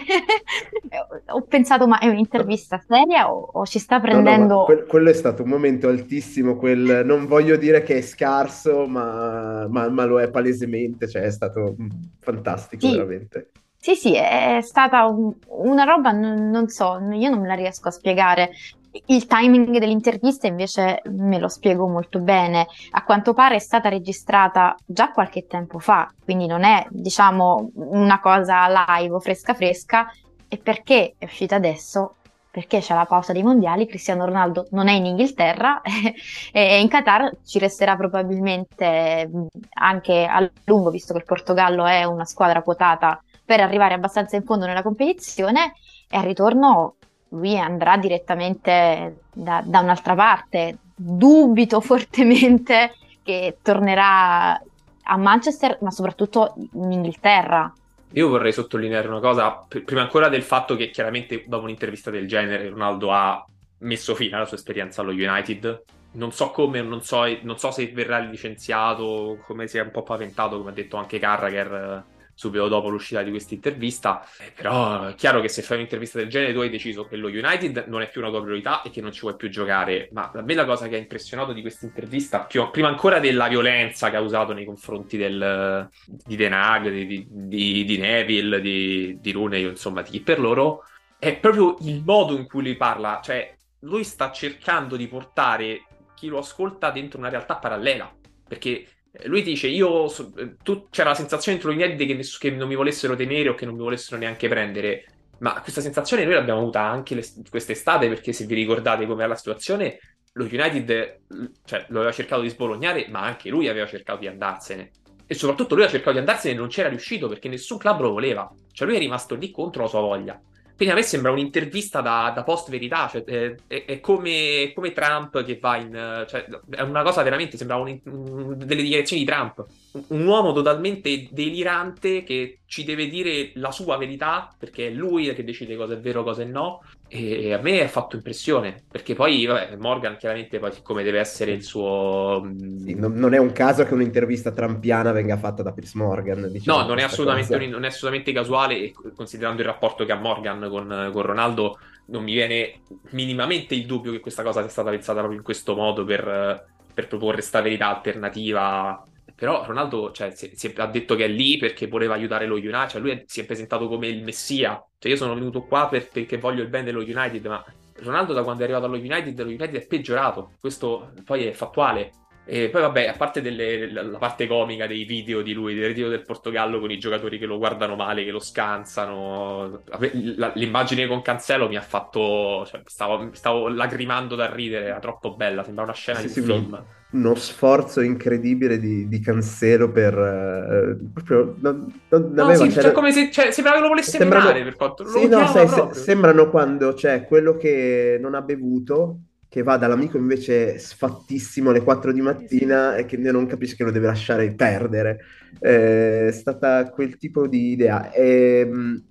ho pensato, ma è un'intervista seria o, o ci sta No, no, prendendo... ma quel- quello è stato un momento altissimo, quel non voglio dire che è scarso, ma, ma- ma lo è palesemente, cioè è stato mm, fantastico Sì, veramente. sì, sì, è stata un- una roba, non, non so, io non me la riesco a spiegare. Il timing dell'intervista invece me lo spiego molto bene. A quanto pare è stata registrata già qualche tempo fa, quindi non è, diciamo, una cosa live o fresca fresca. E perché è uscita adesso? Perché c'è la pausa dei mondiali, Cristiano Ronaldo non è in Inghilterra e in Qatar ci resterà probabilmente mh, anche a lungo, visto che il Portogallo è una squadra quotata per arrivare abbastanza in fondo nella competizione, e al ritorno lui andrà direttamente da, da un'altra parte. Dubito fortemente che tornerà a Manchester, ma soprattutto in Inghilterra. Io vorrei sottolineare una cosa, pr- prima ancora del fatto che chiaramente dopo un'intervista del genere Ronaldo ha messo fine alla sua esperienza allo United. Non so come, non so, non so se verrà licenziato, come si è un po' paventato, come ha detto anche Carragher eh, subito dopo l'uscita di questa intervista. Eh, però è chiaro che se fai un'intervista del genere tu hai deciso che lo United non è più una tua priorità e che non ci vuoi più giocare. Ma a me la cosa che ha impressionato di questa intervista, più, prima ancora della violenza che ha usato nei confronti del, di Ten Hag, di, di, di, di Neville, di, di Rooney, insomma di chi per loro, è proprio il modo in cui lui parla. Cioè lui sta cercando di portare chi lo ascolta dentro una realtà parallela, perché lui dice io so- tu, c'era la sensazione dentro gli United che, ness- che non mi volessero tenere o che non mi volessero neanche prendere, ma questa sensazione noi l'abbiamo avuta anche le- quest'estate, perché se vi ricordate com'era la situazione, lo United cioè, lo aveva cercato di sbolognare, ma anche lui aveva cercato di andarsene, e soprattutto lui ha cercato di andarsene e non c'era riuscito perché nessun club lo voleva, cioè lui è rimasto lì contro la sua voglia. Quindi a me sembra un'intervista da, da post verità, cioè, è, è- è come, come Trump che va in... eh, cioè, è una cosa veramente, sembra un- un- delle dichiarazioni di Trump. Un, un uomo totalmente delirante che ci deve dire la sua verità, perché è lui che decide cosa è vero, cosa è no. E a me ha fatto impressione, perché poi, vabbè, Morgan chiaramente poi siccome deve essere il suo... Sì, mh, non, non è un caso che un'intervista trampiana venga fatta da Piers Morgan, diciamo No, non è questa assolutamente, cosa. un- non è assolutamente casuale, e considerando il rapporto che ha Morgan con, con Ronaldo, non mi viene minimamente il dubbio che questa cosa sia stata pensata proprio in questo modo per, per proporre sta verità alternativa. Però Ronaldo, cioè, si, si è- ha detto che è lì perché voleva aiutare lo United, cioè lui è- si è presentato come il messia, cioè io sono venuto qua per- perché voglio il bene dello United, ma Ronaldo da quando è arrivato allo United, lo United è peggiorato, questo poi è fattuale. E poi vabbè, a parte delle- la la parte comica dei video di lui, del ritiro del Portogallo con i giocatori che lo guardano male, che lo scansano, la- l'immagine con Cancelo mi ha fatto, cioè, stavo, stavo lacrimando da ridere, era troppo bella, sembra una scena Sì, di sì, un uno, film. uno sforzo incredibile di, di Cancelo per... eh, proprio... Non, non No, aveva... sì, cioè c'era- come se cioè, sembrava che lo volesse menare, sembrano... per quanto lo Sì, no, odiava sai, se- proprio. sembrano quando c'è quello che non ha bevuto che va dall'amico invece sfattissimo alle quattro di mattina e che non capisce che lo deve lasciare perdere. Eh, è stata quel tipo di idea. E, mh,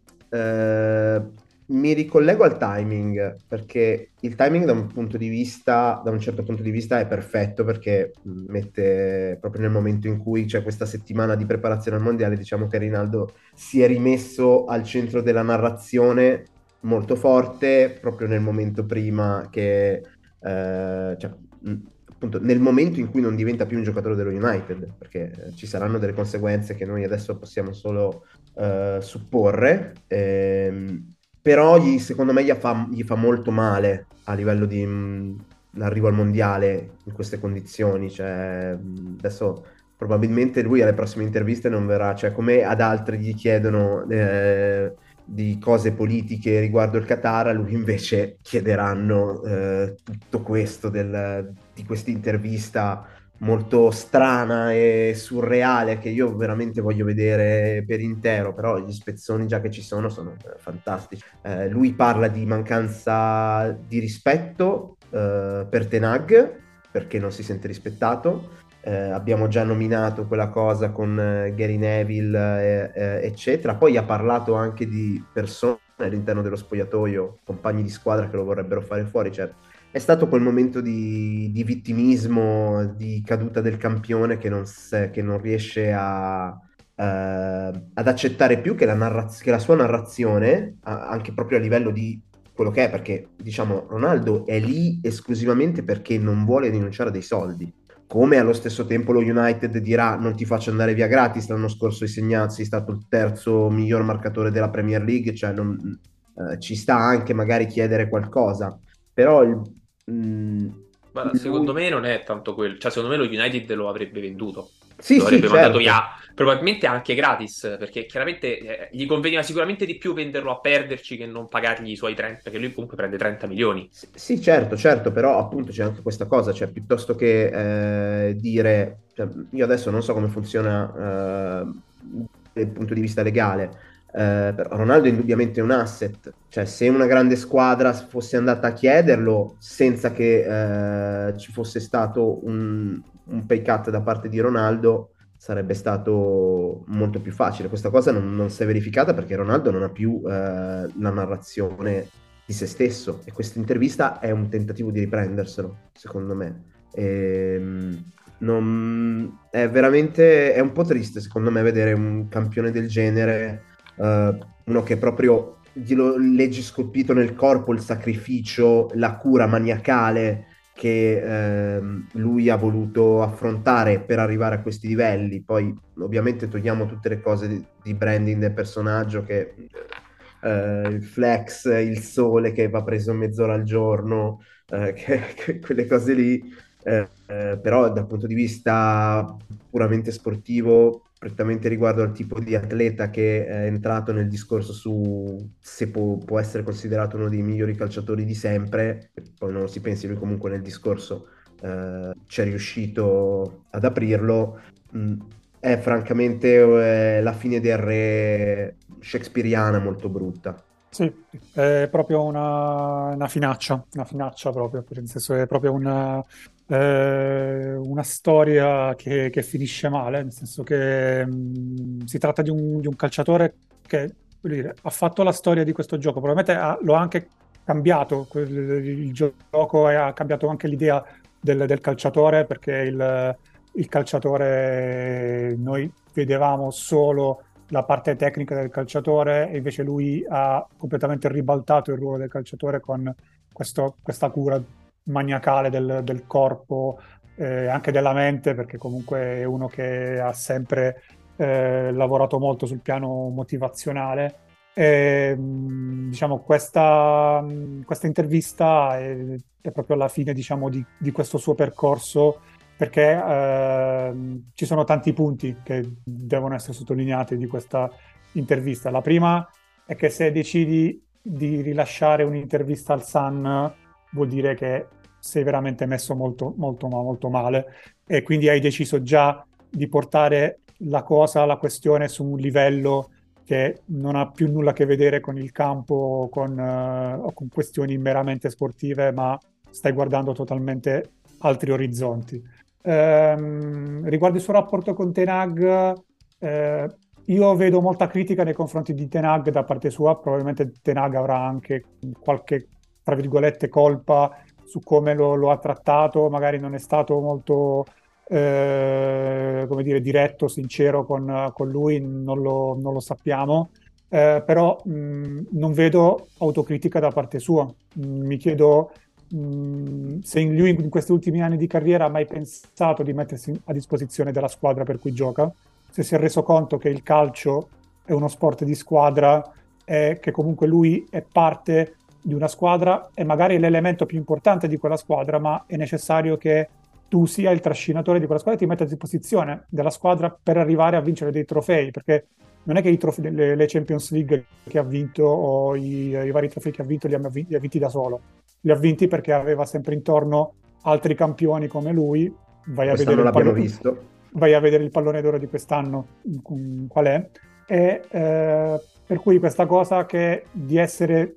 eh, mi ricollego al timing, perché il timing da un punto di vista, da un certo punto di vista è perfetto, perché mh, mette proprio nel momento in cui c'è questa settimana di preparazione al mondiale, diciamo che Rinaldo si è rimesso al centro della narrazione molto forte proprio nel momento prima che, eh, cioè, mh, appunto, nel momento in cui non diventa più un giocatore dello United, perché eh, ci saranno delle conseguenze che noi adesso possiamo solo eh, supporre, ehm, però gli, secondo me gli fa, gli fa molto male a livello di mh, l'arrivo al mondiale in queste condizioni, cioè, mh, adesso probabilmente lui alle prossime interviste non verrà, cioè come ad altri gli chiedono eh, di cose politiche riguardo il Qatar, a lui invece chiederanno eh, tutto questo del, di questa intervista molto strana e surreale che io veramente voglio vedere per intero, però gli spezzoni già che ci sono sono eh, fantastici. Eh, lui parla di mancanza di rispetto eh, per Ten Hag, perché non si sente rispettato. Eh, abbiamo già nominato quella cosa con eh, Gary Neville, eh, eh, eccetera. Poi ha parlato anche di persone all'interno dello spogliatoio, compagni di squadra che lo vorrebbero fare fuori. Cioè, è stato quel momento di, di vittimismo, di caduta del campione che non, se- che non riesce a, eh, ad accettare più che la, narraz- che la sua narrazione, a- anche proprio a livello di quello che è, perché diciamo Ronaldo è lì esclusivamente perché non vuole rinunciare a dei soldi. Come allo stesso tempo lo United dirà non ti faccio andare via gratis, l'anno scorso hai segnato, sei stato il terzo miglior marcatore della Premier League, cioè non, eh, ci sta anche magari chiedere qualcosa, però il, mh, Guarda, lui... secondo me non è tanto quello, cioè secondo me lo United lo avrebbe venduto, Sì, lo sì, avrebbe mandato certo. via, probabilmente anche gratis, perché chiaramente eh, gli conveniva sicuramente di più venderlo a perderci che non pagargli i suoi trenta, perché lui comunque prende trenta milioni. Sì, sì, certo, certo, però appunto c'è anche questa cosa, cioè piuttosto che eh, dire, cioè, io adesso non so come funziona eh, dal punto di vista legale, eh, però Ronaldo è indubbiamente un asset, cioè se una grande squadra fosse andata a chiederlo senza che eh, ci fosse stato un, un pay cut da parte di Ronaldo, sarebbe stato molto più facile. Questa cosa non, non si è verificata perché Ronaldo non ha più eh, la narrazione di se stesso e questa intervista è un tentativo di riprenderselo, secondo me. Ehm, non- è veramente è un po' triste, secondo me, vedere un campione del genere, eh, uno che proprio glielo leggi scolpito nel corpo il sacrificio, la cura maniacale che ehm, lui ha voluto affrontare per arrivare a questi livelli. Poi ovviamente togliamo tutte le cose di, di branding del personaggio, che eh, il flex, il sole che va preso mezz'ora al giorno, eh, che, che- quelle cose lì. Eh, eh, però dal punto di vista puramente sportivo, prettamente riguardo al tipo di atleta che è entrato nel discorso su se può, può essere considerato uno dei migliori calciatori di sempre, e poi non si pensi, lui comunque nel discorso eh, ci è riuscito ad aprirlo, mh, è francamente eh, la fine del re shakespeariana molto brutta. Sì, è proprio una, una finaccia, una finaccia proprio, nel senso è proprio una, eh, una storia che, che finisce male, nel senso che mh, si tratta di un, di un calciatore che, voglio dire, ha fatto la storia di questo gioco, probabilmente ha- lo ha anche cambiato, quel- il gioco e ha cambiato anche l'idea del, del calciatore, perché il, il calciatore noi vedevamo solo la parte tecnica del calciatore e invece lui ha completamente ribaltato il ruolo del calciatore con questo- questa cura maniacale del, del corpo, eh, anche della mente, perché comunque è uno che ha sempre eh, lavorato molto sul piano motivazionale. E, mh, diciamo, questa, mh, questa intervista è, è proprio la fine, diciamo, di, di questo suo percorso, perché ehm, ci sono tanti punti che devono essere sottolineati di questa intervista. La prima è che se decidi di rilasciare un'intervista al Sun, vuol dire che sei veramente messo molto, molto, ma- molto male, e quindi hai deciso già di portare la cosa, la questione su un livello che non ha più nulla a che vedere con il campo, con, eh, o con questioni meramente sportive, ma stai guardando totalmente altri orizzonti. Ehm, riguardo il suo rapporto con Ten Hag, eh, io vedo molta critica nei confronti di Ten Hag da parte sua. Probabilmente Ten Hag avrà anche qualche, tra virgolette, colpa su come lo, lo ha trattato, magari non è stato molto, eh, come dire, diretto, sincero con, con lui, non lo, non lo sappiamo, eh, però mh, non vedo autocritica da parte sua. Mh, mi chiedo mh, se in lui in questi ultimi anni di carriera ha mai pensato di mettersi a disposizione della squadra per cui gioca, se si è reso conto che il calcio è uno sport di squadra e che comunque lui è parte di una squadra e magari è l'elemento più importante di quella squadra, ma è necessario che tu sia il trascinatore di quella squadra e ti metta a disposizione della squadra per arrivare a vincere dei trofei, perché non è che i trofei, le, le Champions League che ha vinto o i, i vari trofei che ha vinto li ha, li ha vinti da solo, li ha vinti perché aveva sempre intorno altri campioni come lui. Vai a vedere il pallone, visto. Vai a vedere il pallone d'oro di quest'anno qual è, e eh, per cui questa cosa che di essere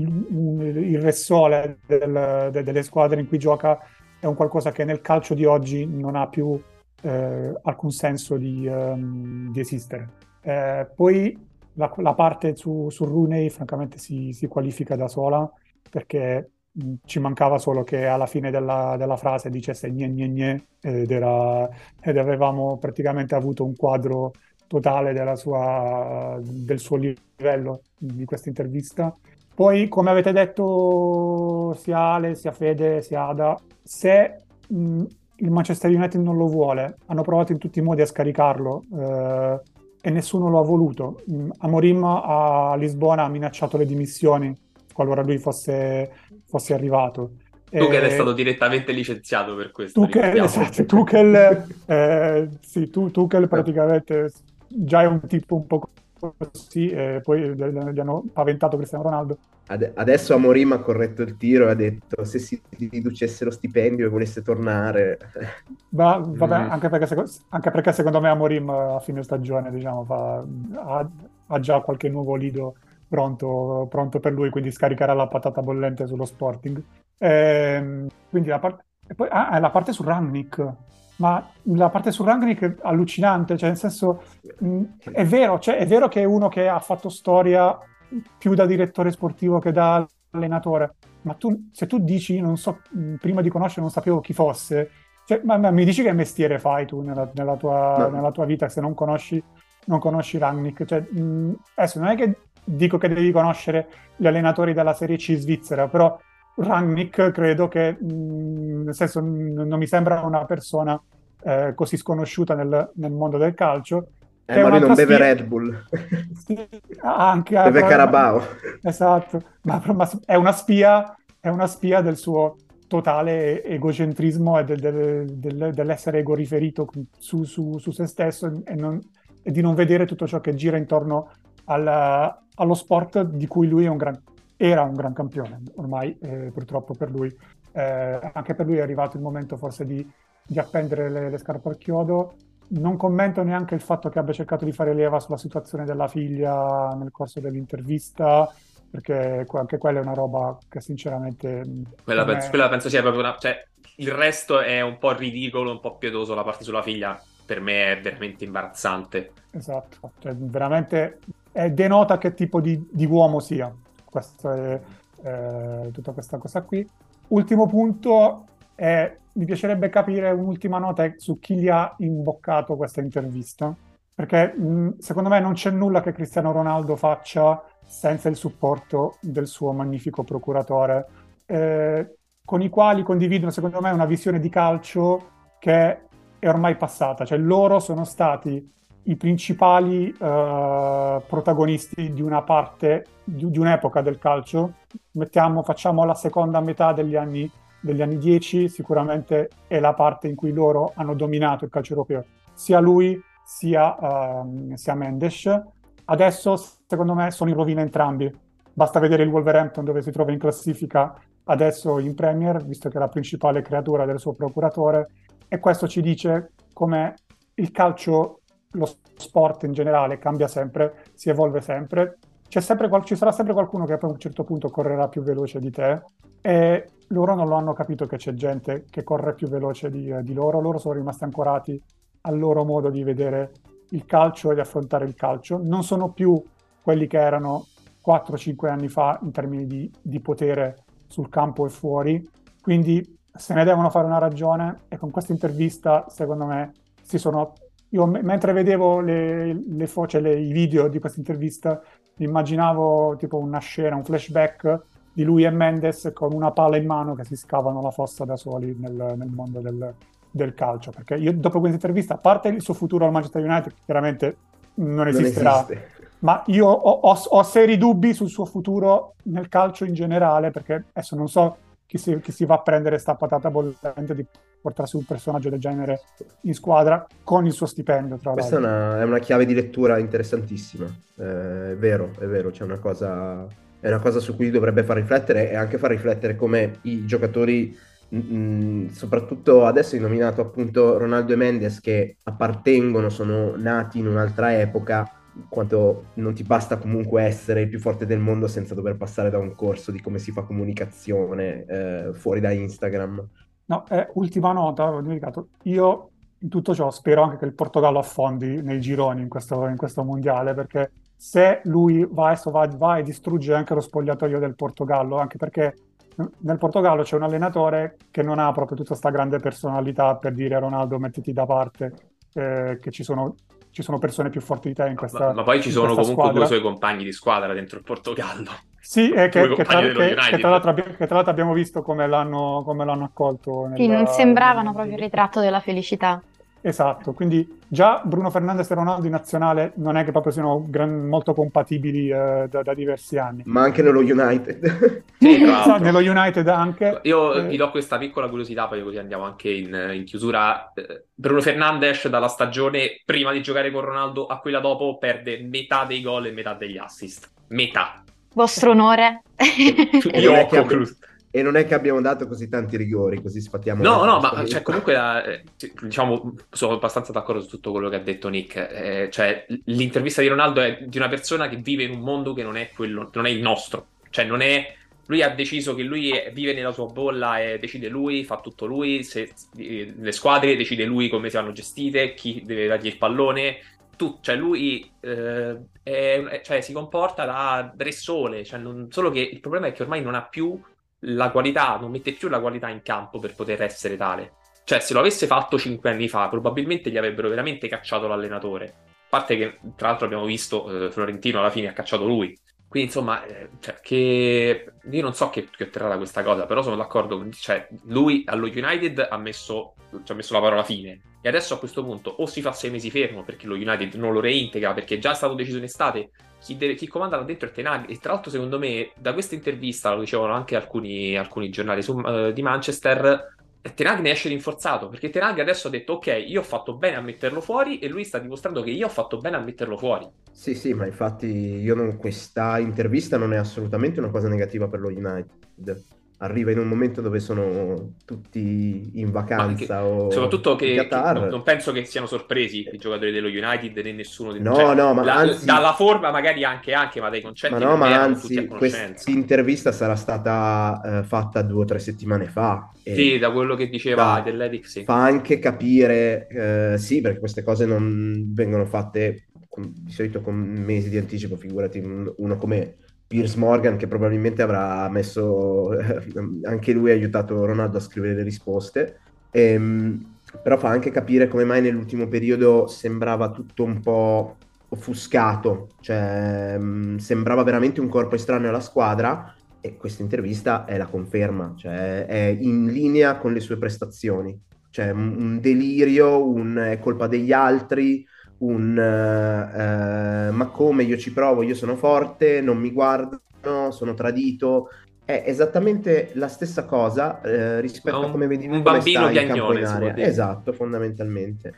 il Re Sole del, de, delle squadre in cui gioca è un qualcosa che nel calcio di oggi non ha più eh, alcun senso di, um, di esistere. Eh, poi la, la parte su, su Rooney francamente si, si qualifica da sola, perché mh, ci mancava solo che alla fine della, della frase dicesse gne gne gne ed, era, ed avevamo praticamente avuto un quadro totale della sua, del suo livello di questa intervista. Poi, come avete detto sia Ale, sia Fede, sia Ada, se mh, il Manchester United non lo vuole, hanno provato in tutti i modi a scaricarlo eh, e nessuno lo ha voluto. Mh, Amorim a Lisbona ha minacciato le dimissioni qualora lui fosse, fosse arrivato. Tuchel e... è stato direttamente licenziato per questo. Tuchel, esatto, Tuchel, eh, sì, tu, Tuchel praticamente già è un tipo un po' così, e poi gli hanno paventato Cristiano Ronaldo. Adesso Amorim ha corretto il tiro e ha detto se si riducesse lo stipendio e volesse tornare. Ma, vabbè, mm. anche, perché, anche perché secondo me Amorim a fine stagione diciamo, fa, ha, ha già qualche nuovo lido pronto, pronto per lui, quindi scaricherà la patata bollente sullo Sporting. E, quindi la, part- e poi, ah, la parte su Rangnick. Ma la parte su Rangnick è allucinante, cioè nel senso mh, è vero, cioè, è vero che è uno che ha fatto storia più da direttore sportivo che da allenatore, ma tu, se tu dici, non so, mh, prima di conoscere non sapevo chi fosse, cioè, ma, ma mi dici che mestiere fai tu nella, nella, tua, no. nella tua vita se non conosci, non conosci Rangnick? Cioè, mh, adesso non è che dico che devi conoscere gli allenatori della Serie C svizzera, però Rangnick credo che, mh, nel senso, n- non mi sembra una persona eh, così sconosciuta nel, nel mondo del calcio. Eh, ma lui non beve spia... Red Bull. Sì, anche, beve però, Carabao. Ma, esatto, ma, ma è una spia, è una spia del suo totale egocentrismo e del, del, del, dell'essere egoriferito su, su, su se stesso e, non, e di non vedere tutto ciò che gira intorno al, allo sport di cui lui è un gran era un gran campione. Ormai eh, purtroppo per lui eh, anche per lui è arrivato il momento forse di, di appendere le, le scarpe al chiodo. Non commento neanche il fatto che abbia cercato di fare leva sulla situazione della figlia nel corso dell'intervista, perché anche quella è una roba che sinceramente quella penso, me... quella penso sia proprio una, cioè il resto è un po' ridicolo, un po' pietoso. La parte sulla figlia per me è veramente imbarazzante. Esatto, cioè veramente è, denota che tipo di, di uomo sia. Questa è eh, tutta questa cosa qui. Ultimo punto, è, mi piacerebbe capire un'ultima nota su chi gli ha imboccato questa intervista, perché mh, secondo me non c'è nulla che Cristiano Ronaldo faccia senza il supporto del suo magnifico procuratore, eh, con i quali condividono secondo me una visione di calcio che è ormai passata, cioè loro sono stati i principali uh, protagonisti di una parte, di, di un'epoca del calcio. Mettiamo, facciamo la seconda metà degli anni, degli anni dieci, sicuramente è la parte in cui loro hanno dominato il calcio europeo, sia lui sia, uh, sia Mendes. Adesso, secondo me, sono in rovina entrambi. Basta vedere il Wolverhampton dove si trova in classifica adesso in Premier, visto che è la principale creatura del suo procuratore, e questo ci dice come il calcio, lo sport in generale cambia sempre, si evolve sempre, c'è sempre ci sarà sempre qualcuno che poi a un certo punto correrà più veloce di te e loro non lo hanno capito che c'è gente che corre più veloce di, eh, di loro, loro sono rimasti ancorati al loro modo di vedere il calcio e di affrontare il calcio, non sono più quelli che erano quattro cinque anni fa in termini di, di potere sul campo e fuori, quindi se ne devono fare una ragione e con questa intervista secondo me si sono... Io m- mentre vedevo le, le fo- cioè le- i video di questa intervista immaginavo tipo una scena, un flashback di lui e Mendes con una pala in mano che si scavano la fossa da soli nel, nel mondo del, del calcio, perché io dopo questa intervista, a parte il suo futuro al Manchester United, chiaramente non Non esisterà, esiste. ma io ho, ho- ho seri dubbi sul suo futuro nel calcio in generale, perché adesso non so chi si, chi si va a prendere sta patata bollente di portarsi un personaggio del genere in squadra con il suo stipendio, tra Questa è l'altro. una, è una chiave di lettura interessantissima. Eh, è vero, è vero, c'è una cosa, è una cosa su cui dovrebbe far riflettere e anche far riflettere come i giocatori, mh, soprattutto adesso hai nominato appunto Ronaldo e Mendes, che appartengono, sono nati in un'altra epoca, quanto non ti basta comunque essere il più forte del mondo senza dover passare da un corso di come si fa comunicazione eh, fuori da Instagram. No, eh, ultima nota, ho dimenticato. Io in tutto ciò spero anche che il Portogallo affondi nei gironi in questo, in questo mondiale, perché se lui va, adesso va, va e distrugge anche lo spogliatoio del Portogallo, anche perché nel Portogallo c'è un allenatore che non ha proprio tutta questa grande personalità per dire Ronaldo mettiti da parte, eh, che ci sono, ci sono persone più forti di te in questa, Ma, ma poi ci in sono questa comunque squadra. due suoi compagni di squadra dentro il Portogallo. Sì, e Due che, che, tra, compagni dello che- che United. tra l'altro abbi- che tra l'altro abbiamo visto come l'hanno come l'hanno accolto Sì, non nella- sembravano proprio il ritratto della felicità. Esatto, quindi già Bruno Fernandes e Ronaldo in nazionale non è che proprio siano gran- molto compatibili eh, da, da diversi anni. Ma anche nello United. Sì, tra Esatto, l'altro. nello United anche. Io eh, vi do questa piccola curiosità, poi così andiamo anche in, in chiusura. Eh, Bruno Fernandes dalla stagione prima di giocare con Ronaldo a quella dopo perde metà dei gol e metà degli assist. Metà. Vostro onore. E Io non è ho che abbi- concluso. e non è che abbiamo dato così tanti rigori, così sfatiamo. No, no, questo ma cioè, comunque la- eh, diciamo, sono abbastanza d'accordo su tutto quello che ha detto Nick. Eh, cioè, l'intervista di Ronaldo è di una persona che vive in un mondo che non è quello, non è il nostro. Cioè, non è. Lui ha deciso che lui è- vive nella sua bolla e decide lui, fa tutto lui. Se, eh, le squadre decide lui come si vanno gestite, chi deve dargli il pallone. Tu, cioè, lui eh, è- è- cioè, si comporta da re sole. Cioè, non- solo che il problema è che ormai non ha più la qualità, non mette più la qualità in campo per poter essere tale. Cioè, se lo avesse fatto cinque anni fa, probabilmente gli avrebbero veramente cacciato l'allenatore. A parte che, tra l'altro, abbiamo visto eh, Florentino alla fine ha cacciato lui. Quindi, insomma, eh, cioè, che io non so che, che otterrà da questa cosa, però sono d'accordo. con- Cioè, lui allo United ha messo, ci ha messo la parola fine. E adesso a questo punto o si fa sei mesi fermo perché lo United non lo reintegra, perché è già stato deciso in estate. Chi, deve, chi comanda là dentro è Ten Hag. E tra l'altro, secondo me, da questa intervista, lo dicevano anche alcuni, alcuni giornali su, eh, di Manchester, Ten Hag ne esce rinforzato, perché Ten Hag adesso ha detto ok, io ho fatto bene a metterlo fuori, e lui sta dimostrando che io ho fatto bene a metterlo fuori. Sì, sì, ma infatti io non, questa intervista non è assolutamente una cosa negativa per lo United. Arriva in un momento dove sono tutti in Ma che- vacanza o soprattutto in che, che Qatar. non, non penso che siano sorpresi i giocatori dello United né nessuno di No, cioè, no, ma la- anzi- dalla forma magari anche, anche ma dai concetti Ma per no, me ma erano tutti a anzi, conoscenza. questa intervista sarà stata eh, fatta due o tre settimane fa. E Sì, da quello che diceva fa, dell'Edic, sì. fa anche capire, eh, sì, perché queste cose non vengono fatte con- di solito con mesi di anticipo, figurati un- uno come Piers Morgan che probabilmente avrà messo, eh, anche lui ha aiutato Ronaldo a scrivere le risposte. Ehm, però fa anche capire come mai nell'ultimo periodo sembrava tutto un po' offuscato, cioè mh, sembrava veramente un corpo estraneo alla squadra, e questa intervista è la conferma, cioè è in linea con le sue prestazioni, cioè un, un delirio, un è colpa degli altri, un eh, eh, ma come io ci provo, io sono forte, non mi guardano, sono tradito. È esattamente la stessa cosa eh, rispetto Un- a come vedi un come bambino sta in campo piagnone, in si può area. dire. Esatto, fondamentalmente.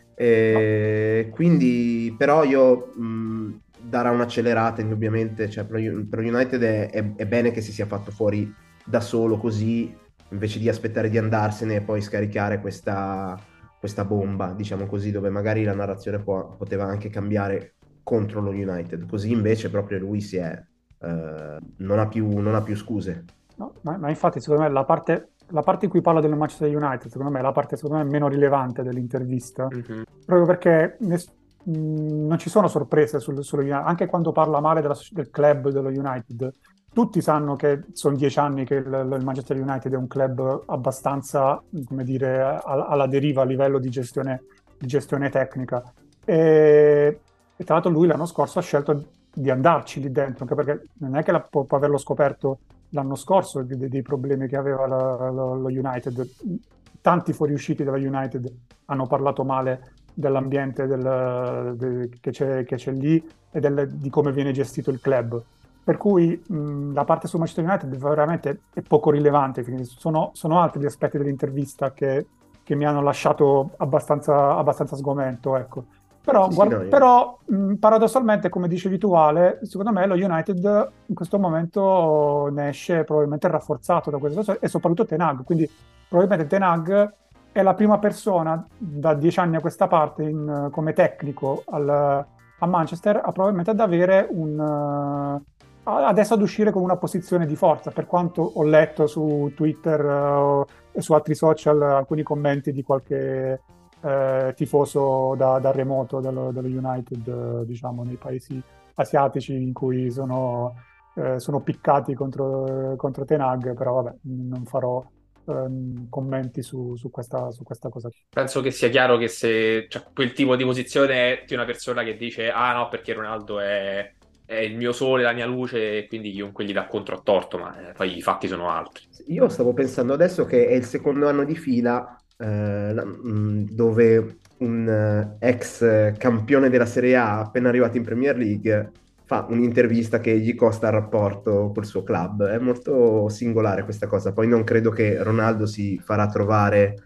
E quindi, però io mh, darà un'accelerata indubbiamente, cioè per, per United è, è- è bene che si sia fatto fuori da solo così, invece di aspettare di andarsene e poi scaricare questa, questa bomba, diciamo così, dove magari la narrazione può- poteva anche cambiare contro lo United. Così invece proprio lui si è, eh, non ha più, non ha più scuse. No, ma, ma infatti secondo me la parte, la parte in cui parla del Manchester United, secondo me è la parte secondo me meno rilevante dell'intervista, Mhm. proprio perché ness- mh, non ci sono sorprese sul, sullo United, anche quando parla male della soci- del club dello United. Tutti sanno che sono dieci anni che il, il Manchester United è un club abbastanza, come dire, a- alla deriva a livello di gestione, di gestione tecnica. E, e tra l'altro lui l'anno scorso ha scelto di andarci lì dentro, anche perché non è che la- può, può averlo scoperto l'anno scorso di- dei problemi che aveva la- lo, lo United. Tanti fuoriusciti dalla United hanno parlato male dell'ambiente del- de- che c'è, che c'è lì e del- di come viene gestito il club. Per cui mh, la parte su Manchester United veramente è poco rilevante. Quindi sono, sono altri gli aspetti dell'intervista che, che mi hanno lasciato abbastanza, abbastanza sgomento, ecco. Però, Sì, sì, guard- no, io- però mh, paradossalmente, come dicevi tu, Ale, secondo me lo United in questo momento ne esce probabilmente rafforzato da questa situazione e soprattutto Ten Hag. Quindi probabilmente Ten Hag è la prima persona da dieci anni a questa parte in- come tecnico al- a Manchester a probabilmente ad avere un... eh, adesso ad uscire con una posizione di forza, per quanto ho letto su Twitter eh, e su altri social alcuni commenti di qualche eh, tifoso da, da remoto dello, dello United, eh, diciamo, nei paesi asiatici in cui sono, eh, sono piccati contro, contro Ten Hag, però vabbè, non farò ehm, commenti su, su questa, su questa cosa. Penso che sia chiaro che se cioè, quel tipo di posizione è di una persona che dice ah no, perché Ronaldo è, è il mio sole, la mia luce, e quindi chiunque gli dà contro a torto, ma eh, poi i fatti sono altri. Io stavo pensando adesso che è il secondo anno di fila eh, la- mh, dove un eh, ex campione della Serie A appena arrivato in Premier League fa un'intervista che gli costa il rapporto col suo club. È molto singolare questa cosa. Poi non credo che Ronaldo si farà trovare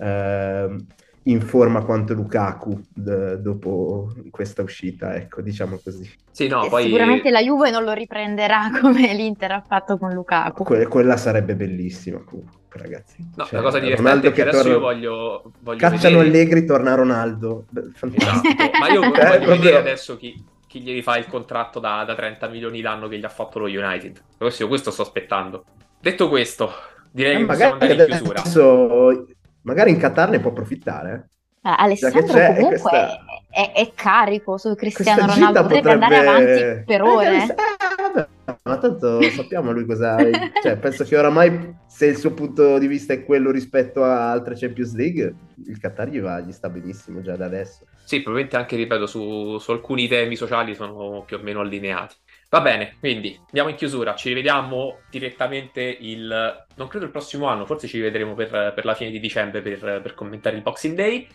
ehm, in forma quanto Lukaku d- dopo questa uscita, ecco, diciamo così. Sì, no, E poi sicuramente la Juve non lo riprenderà come l'Inter ha fatto con Lukaku. Que- quella sarebbe bellissima comunque, ragazzi. no, la Cioè, cosa divertente Ronaldo è che che adesso io torna... voglio, voglio Cacciano vedere. Allegri, torna Ronaldo. Beh, fantastico. Esatto, ma io Eh, voglio proprio- vedere adesso chi, chi gli rifà il contratto da, da trenta milioni l'anno che gli ha fatto lo United. Questo, questo sto aspettando. Detto questo, direi Eh, che possiamo magari andare in chiusura. adesso, magari in Qatar ne può approfittare. Eh, Eh? Già che Alessandro c'è comunque questa, è, è- è carico su Cristiano questa Ronaldo, gita potrebbe andare avanti potrebbe... per Eh, ore. eh, vabbè, ma tanto sappiamo lui cosa... Cioè, penso che oramai, se il suo punto di vista è quello rispetto a altre Champions League, il Qatar gli va, gli sta benissimo già da adesso. Sì, probabilmente anche, ripeto, su, su alcuni temi sociali sono più o meno allineati. Va bene, quindi andiamo in chiusura. Ci rivediamo direttamente il... non credo il prossimo anno, forse ci rivedremo per, per la fine di dicembre per, per commentare il Boxing Day.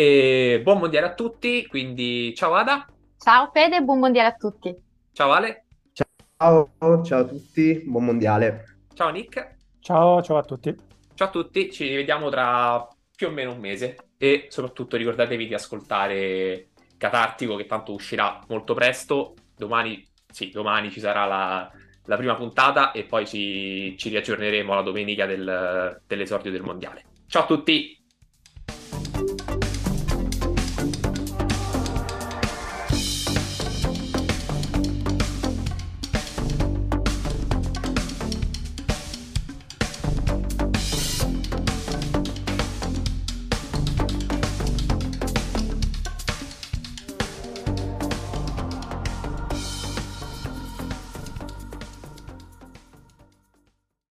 E buon mondiale a tutti, quindi ciao Ada, Ciao Fede, buon mondiale a tutti. ciao Ale, Ciao, ciao a tutti, buon mondiale. ciao Nick, Ciao, ciao a tutti. ciao a tutti, ci rivediamo tra più o meno un mese e soprattutto ricordatevi di ascoltare Catartico che tanto uscirà molto presto. Domani, sì, domani ci sarà la, la prima puntata e poi ci, ci riaggiorneremo la domenica del- dell'esordio del mondiale. Ciao a tutti!